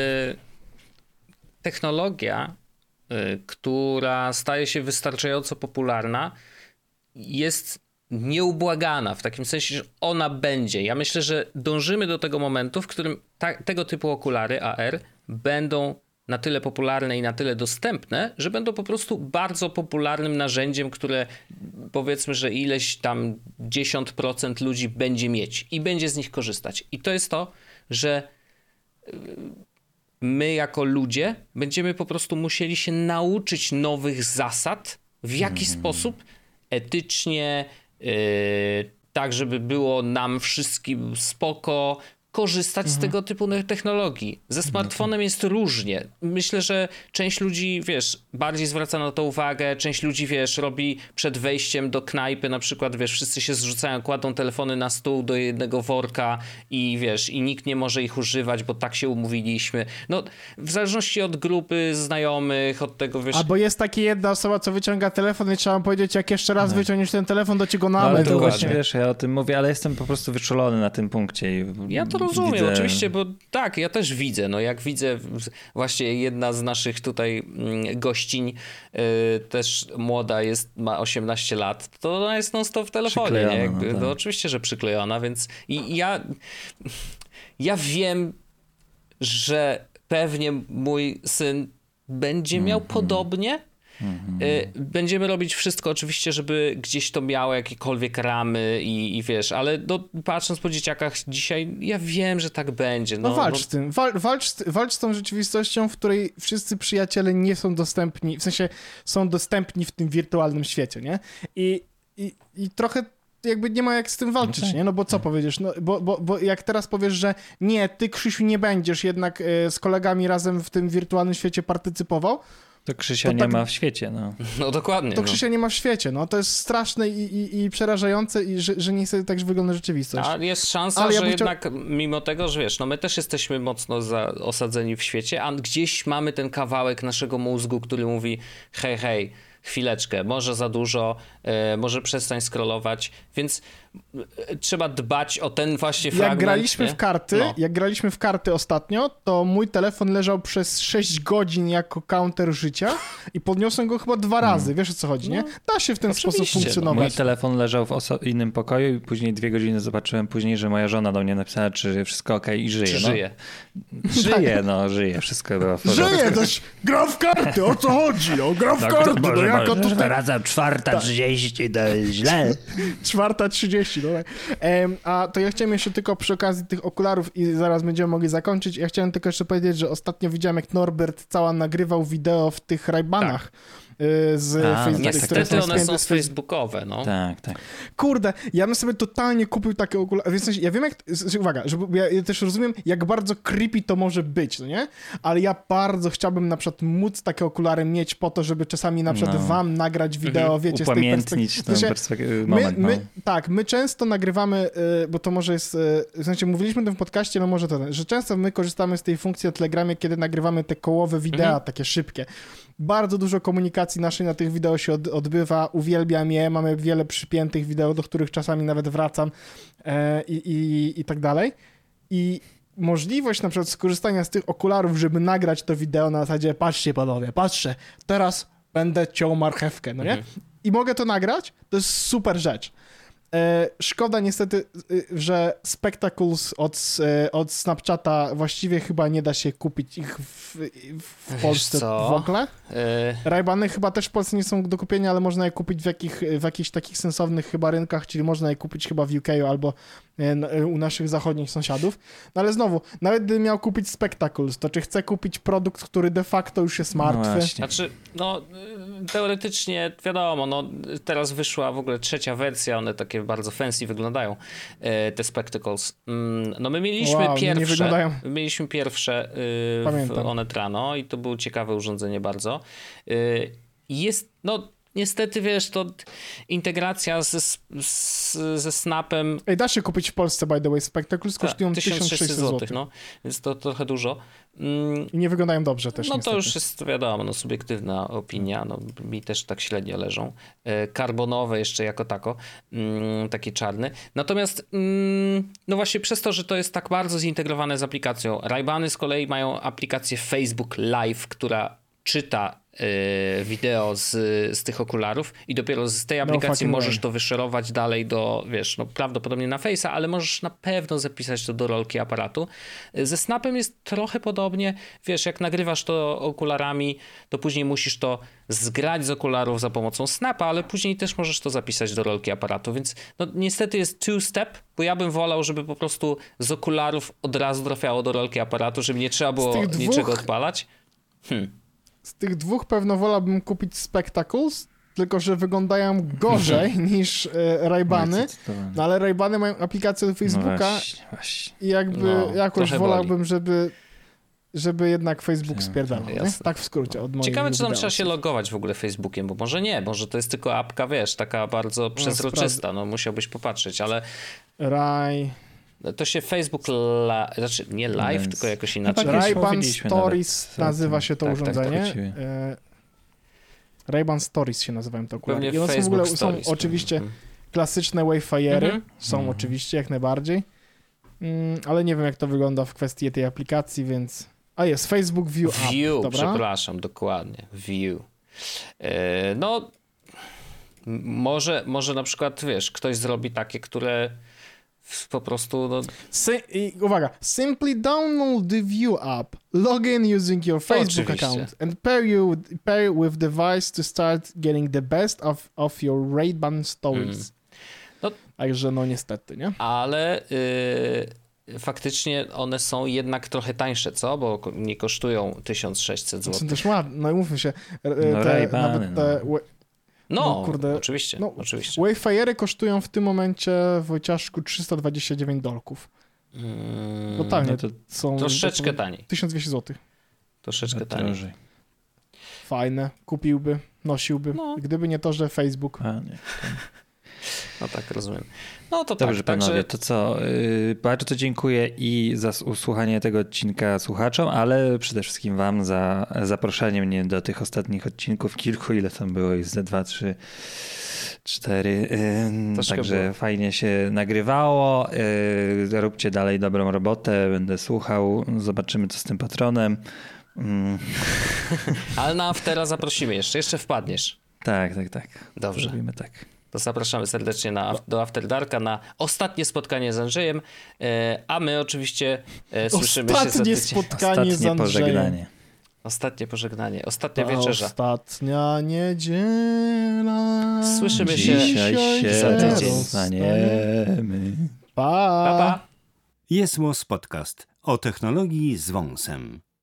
technologia, która staje się wystarczająco popularna, jest nieubłagana, w takim sensie, że ona będzie. Ja myślę, że dążymy do tego momentu, w którym tego typu okulary AR będą na tyle popularne i na tyle dostępne, że będą po prostu bardzo popularnym narzędziem, które powiedzmy, że ileś tam 10% ludzi będzie mieć i będzie z nich korzystać. I to jest to, że my jako ludzie będziemy po prostu musieli się nauczyć nowych zasad, w jaki sposób etycznie, tak żeby było nam wszystkim spoko, korzystać z tego typu technologii. Ze smartfonem jest różnie. Myślę, że część ludzi, wiesz, bardziej zwraca na to uwagę, część ludzi, wiesz, robi przed wejściem do knajpy, na przykład, wiesz, wszyscy się zrzucają, kładą telefony na stół do jednego worka i wiesz, i nikt nie może ich używać, bo tak się umówiliśmy. No, w zależności od grupy znajomych, od tego, wiesz...
Albo jest taka jedna osoba, co wyciąga telefon i trzeba powiedzieć, jak jeszcze raz wyciągniesz ten telefon, to ci go nalej.
Ale to właśnie, wiesz, ja o tym mówię, ale jestem po prostu wyczulony na tym punkcie.
Ja to rozumiem, oczywiście, bo tak, ja też widzę, no jak widzę właśnie jedna z naszych tutaj gościń też młoda jest, ma 18 lat, to ona jest non stop w telefonie, nie? Jakby, no oczywiście, że przyklejona, więc i ja wiem, że pewnie mój syn będzie miał podobnie. Będziemy robić wszystko oczywiście, żeby gdzieś to miało jakiekolwiek ramy i wiesz, ale no, patrząc po dzieciakach dzisiaj, ja wiem, że tak będzie.
No walcz z tym, walcz z tą rzeczywistością, w której wszyscy przyjaciele nie są dostępni, w sensie są dostępni w tym wirtualnym świecie, nie? I trochę jakby nie ma jak z tym walczyć, nie? No bo co powiedziesz? No, bo jak teraz powiesz, że nie, ty Krzysiu nie będziesz jednak z kolegami razem w tym wirtualnym świecie partycypował,
to Krzysia nie ma w świecie, no.
No dokładnie.
To Krzysia nie ma w świecie, no. To jest straszne i przerażające i że nie tak wygląda rzeczywistość.
A jest szansa, że jednak mimo tego, że wiesz, no my też jesteśmy mocno osadzeni w świecie, a gdzieś mamy ten kawałek naszego mózgu, który mówi hej, chwileczkę, może za dużo, może przestań scrollować, więc trzeba dbać o ten właśnie fragment.
Jak graliśmy w karty ostatnio, to mój telefon leżał przez 6 godzin jako counter życia i podniosłem go chyba 2 razy, wiesz o co chodzi, nie? Da się w ten sposób funkcjonować.
Mój telefon leżał w innym pokoju i później 2 godziny zobaczyłem później, że moja żona do mnie napisała, czy wszystko okej i żyje.
Czy żyje?
Żyje, wszystko było w porządku.
Żyje, gra w karty, o co chodzi? Gra w karty, no jako tutaj...
Wracam 4:30, to jest źle.
4:30, no tak. A to ja chciałem jeszcze tylko przy okazji tych okularów i zaraz będziemy mogli zakończyć, ja chciałem tylko jeszcze powiedzieć, że ostatnio widziałem, jak Norbert cała nagrywał wideo w tych Ray-Banach. Z Facebooka.
Niestety one są facebookowe, no.
Tak.
Kurde, ja bym sobie totalnie kupił takie okulary. W sensie, ja wiem jak... Uwaga, ja też rozumiem, jak bardzo creepy to może być, no nie? Ale ja bardzo chciałbym na przykład móc takie okulary mieć po to, żeby czasami na przykład wam nagrać wideo, wiecie, z tej perspektywy. Tak, my często nagrywamy, bo to może jest... W sensie, mówiliśmy o tym w podcaście, no może to... Że często my korzystamy z tej funkcji na Telegramie, kiedy nagrywamy te kołowe wideo, takie szybkie. Bardzo dużo komunikacji naszej na tych wideo się odbywa, uwielbiam je, mamy wiele przypiętych wideo, do których czasami nawet wracam i tak dalej. I możliwość na przykład skorzystania z tych okularów, żeby nagrać to wideo na zasadzie patrzcie panowie, patrzcie, teraz będę ciął marchewkę, no nie? I mogę to nagrać, to jest super rzecz. Szkoda niestety, że Spectacles od Snapchata właściwie chyba nie da się kupić ich w Polsce w ogóle. Ray-Bany chyba też w Polsce nie są do kupienia, ale można je kupić w jakichś takich sensownych chyba rynkach, czyli można je kupić chyba w UK albo u naszych zachodnich sąsiadów. No ale znowu, nawet gdybym miał kupić Spectacles, to czy chcę kupić produkt, który de facto już jest martwy?
Znaczy, teoretycznie wiadomo, teraz wyszła w ogóle 3. wersja, one takie bardzo fancy wyglądają, te Spectacles. No my mieliśmy pierwsze w Onetrano i to było ciekawe urządzenie bardzo. Jest, niestety, wiesz, to integracja ze Snapem...
Da się kupić w Polsce, by the way, Spectacles kosztują 1600 zł.
No, więc to trochę dużo.
I nie wyglądają dobrze też,
No
niestety.
to już jest, wiadomo, subiektywna opinia, mi też tak średnio leżą. Karbonowe jeszcze jako tako, taki czarny. Natomiast, właśnie przez to, że to jest tak bardzo zintegrowane z aplikacją, Ray-Bany z kolei mają aplikację Facebook Live, która czyta wideo z tych okularów i dopiero z tej aplikacji możesz to wyszerować dalej do, wiesz, prawdopodobnie na Face'a, ale możesz na pewno zapisać to do rolki aparatu. Ze Snapem jest trochę podobnie, wiesz, jak nagrywasz to okularami, to później musisz to zgrać z okularów za pomocą Snapa, ale później też możesz to zapisać do rolki aparatu, więc niestety jest two-step, bo ja bym wolał, żeby po prostu z okularów od razu trafiało do rolki aparatu, żeby nie trzeba było niczego odpalać.
Z tych dwóch pewno wolałbym kupić Spectacles, tylko że wyglądają gorzej niż Ray-Bany, ale Ray-Bany mają aplikację do Facebooka i jakoś wolałbym, żeby jednak Facebook spierdalał, nie? Tak w skrócie od mojej
Ciekawe, czy tam trzeba się logować w ogóle Facebookiem, bo może nie, może to jest tylko apka, wiesz, taka bardzo przezroczysta, musiałbyś popatrzeć, ale... To się Facebook, znaczy nie live, tylko jakoś inaczej.
Ray-Ban Stories nazywa się to urządzenie. Ray-Ban Stories się nazywają te okulary. I one są oczywiście klasyczne Wayfare'y, są oczywiście jak najbardziej, ale nie wiem jak to wygląda w kwestii tej aplikacji, więc... jest Facebook View App. Dobra?
Przepraszam, dokładnie, View. Może na przykład, wiesz, ktoś zrobi takie, które... po prostu...
Uwaga. Simply download the View app, log in using your Facebook account and pair with device to start getting the best of your Ray-Ban stories. Także niestety, nie?
Ale faktycznie one są jednak trochę tańsze, co? Bo nie kosztują 1600 zł.
Są też ładne, mówmy się.
Ray-Bany,
kurde,
oczywiście. Oczywiście.
Wayfare'y kosztują w tym momencie, Wojciaszku, $329. Totalnie
to
są...
Troszeczkę taniej.
1200 zł.
Troszeczkę taniej.
Fajne, kupiłby, nosiłby. Gdyby nie to, że Facebook.
Tak, rozumiem. To
dobrze,
tak.
Panowie,
także...
to co? Bardzo dziękuję i za usłuchanie tego odcinka słuchaczom, ale przede wszystkim wam za zaproszenie mnie do tych ostatnich odcinków. Kilku, ile tam było? Już ze 2, 3, 4. Także było. Fajnie się nagrywało. Róbcie dalej dobrą robotę. Będę słuchał. Zobaczymy, co z tym patronem.
Ale na aftera zaprosimy jeszcze wpadniesz.
Tak.
Dobrze.
Zrobimy tak.
To zapraszamy serdecznie do After Darka na ostatnie spotkanie z Andrzejem, a my oczywiście słyszymy się za tydzień.
Spotkanie z Andrzejem.
Pożegnanie.
Ostatnie pożegnanie, ostatnia wieczerza.
Ostatnia niedziela.
Słyszymy się
Dzisiaj
za tydzień.
rozstaniemy.
Pa!
Pa, pa.
Jest Podcast o technologii z wąsem.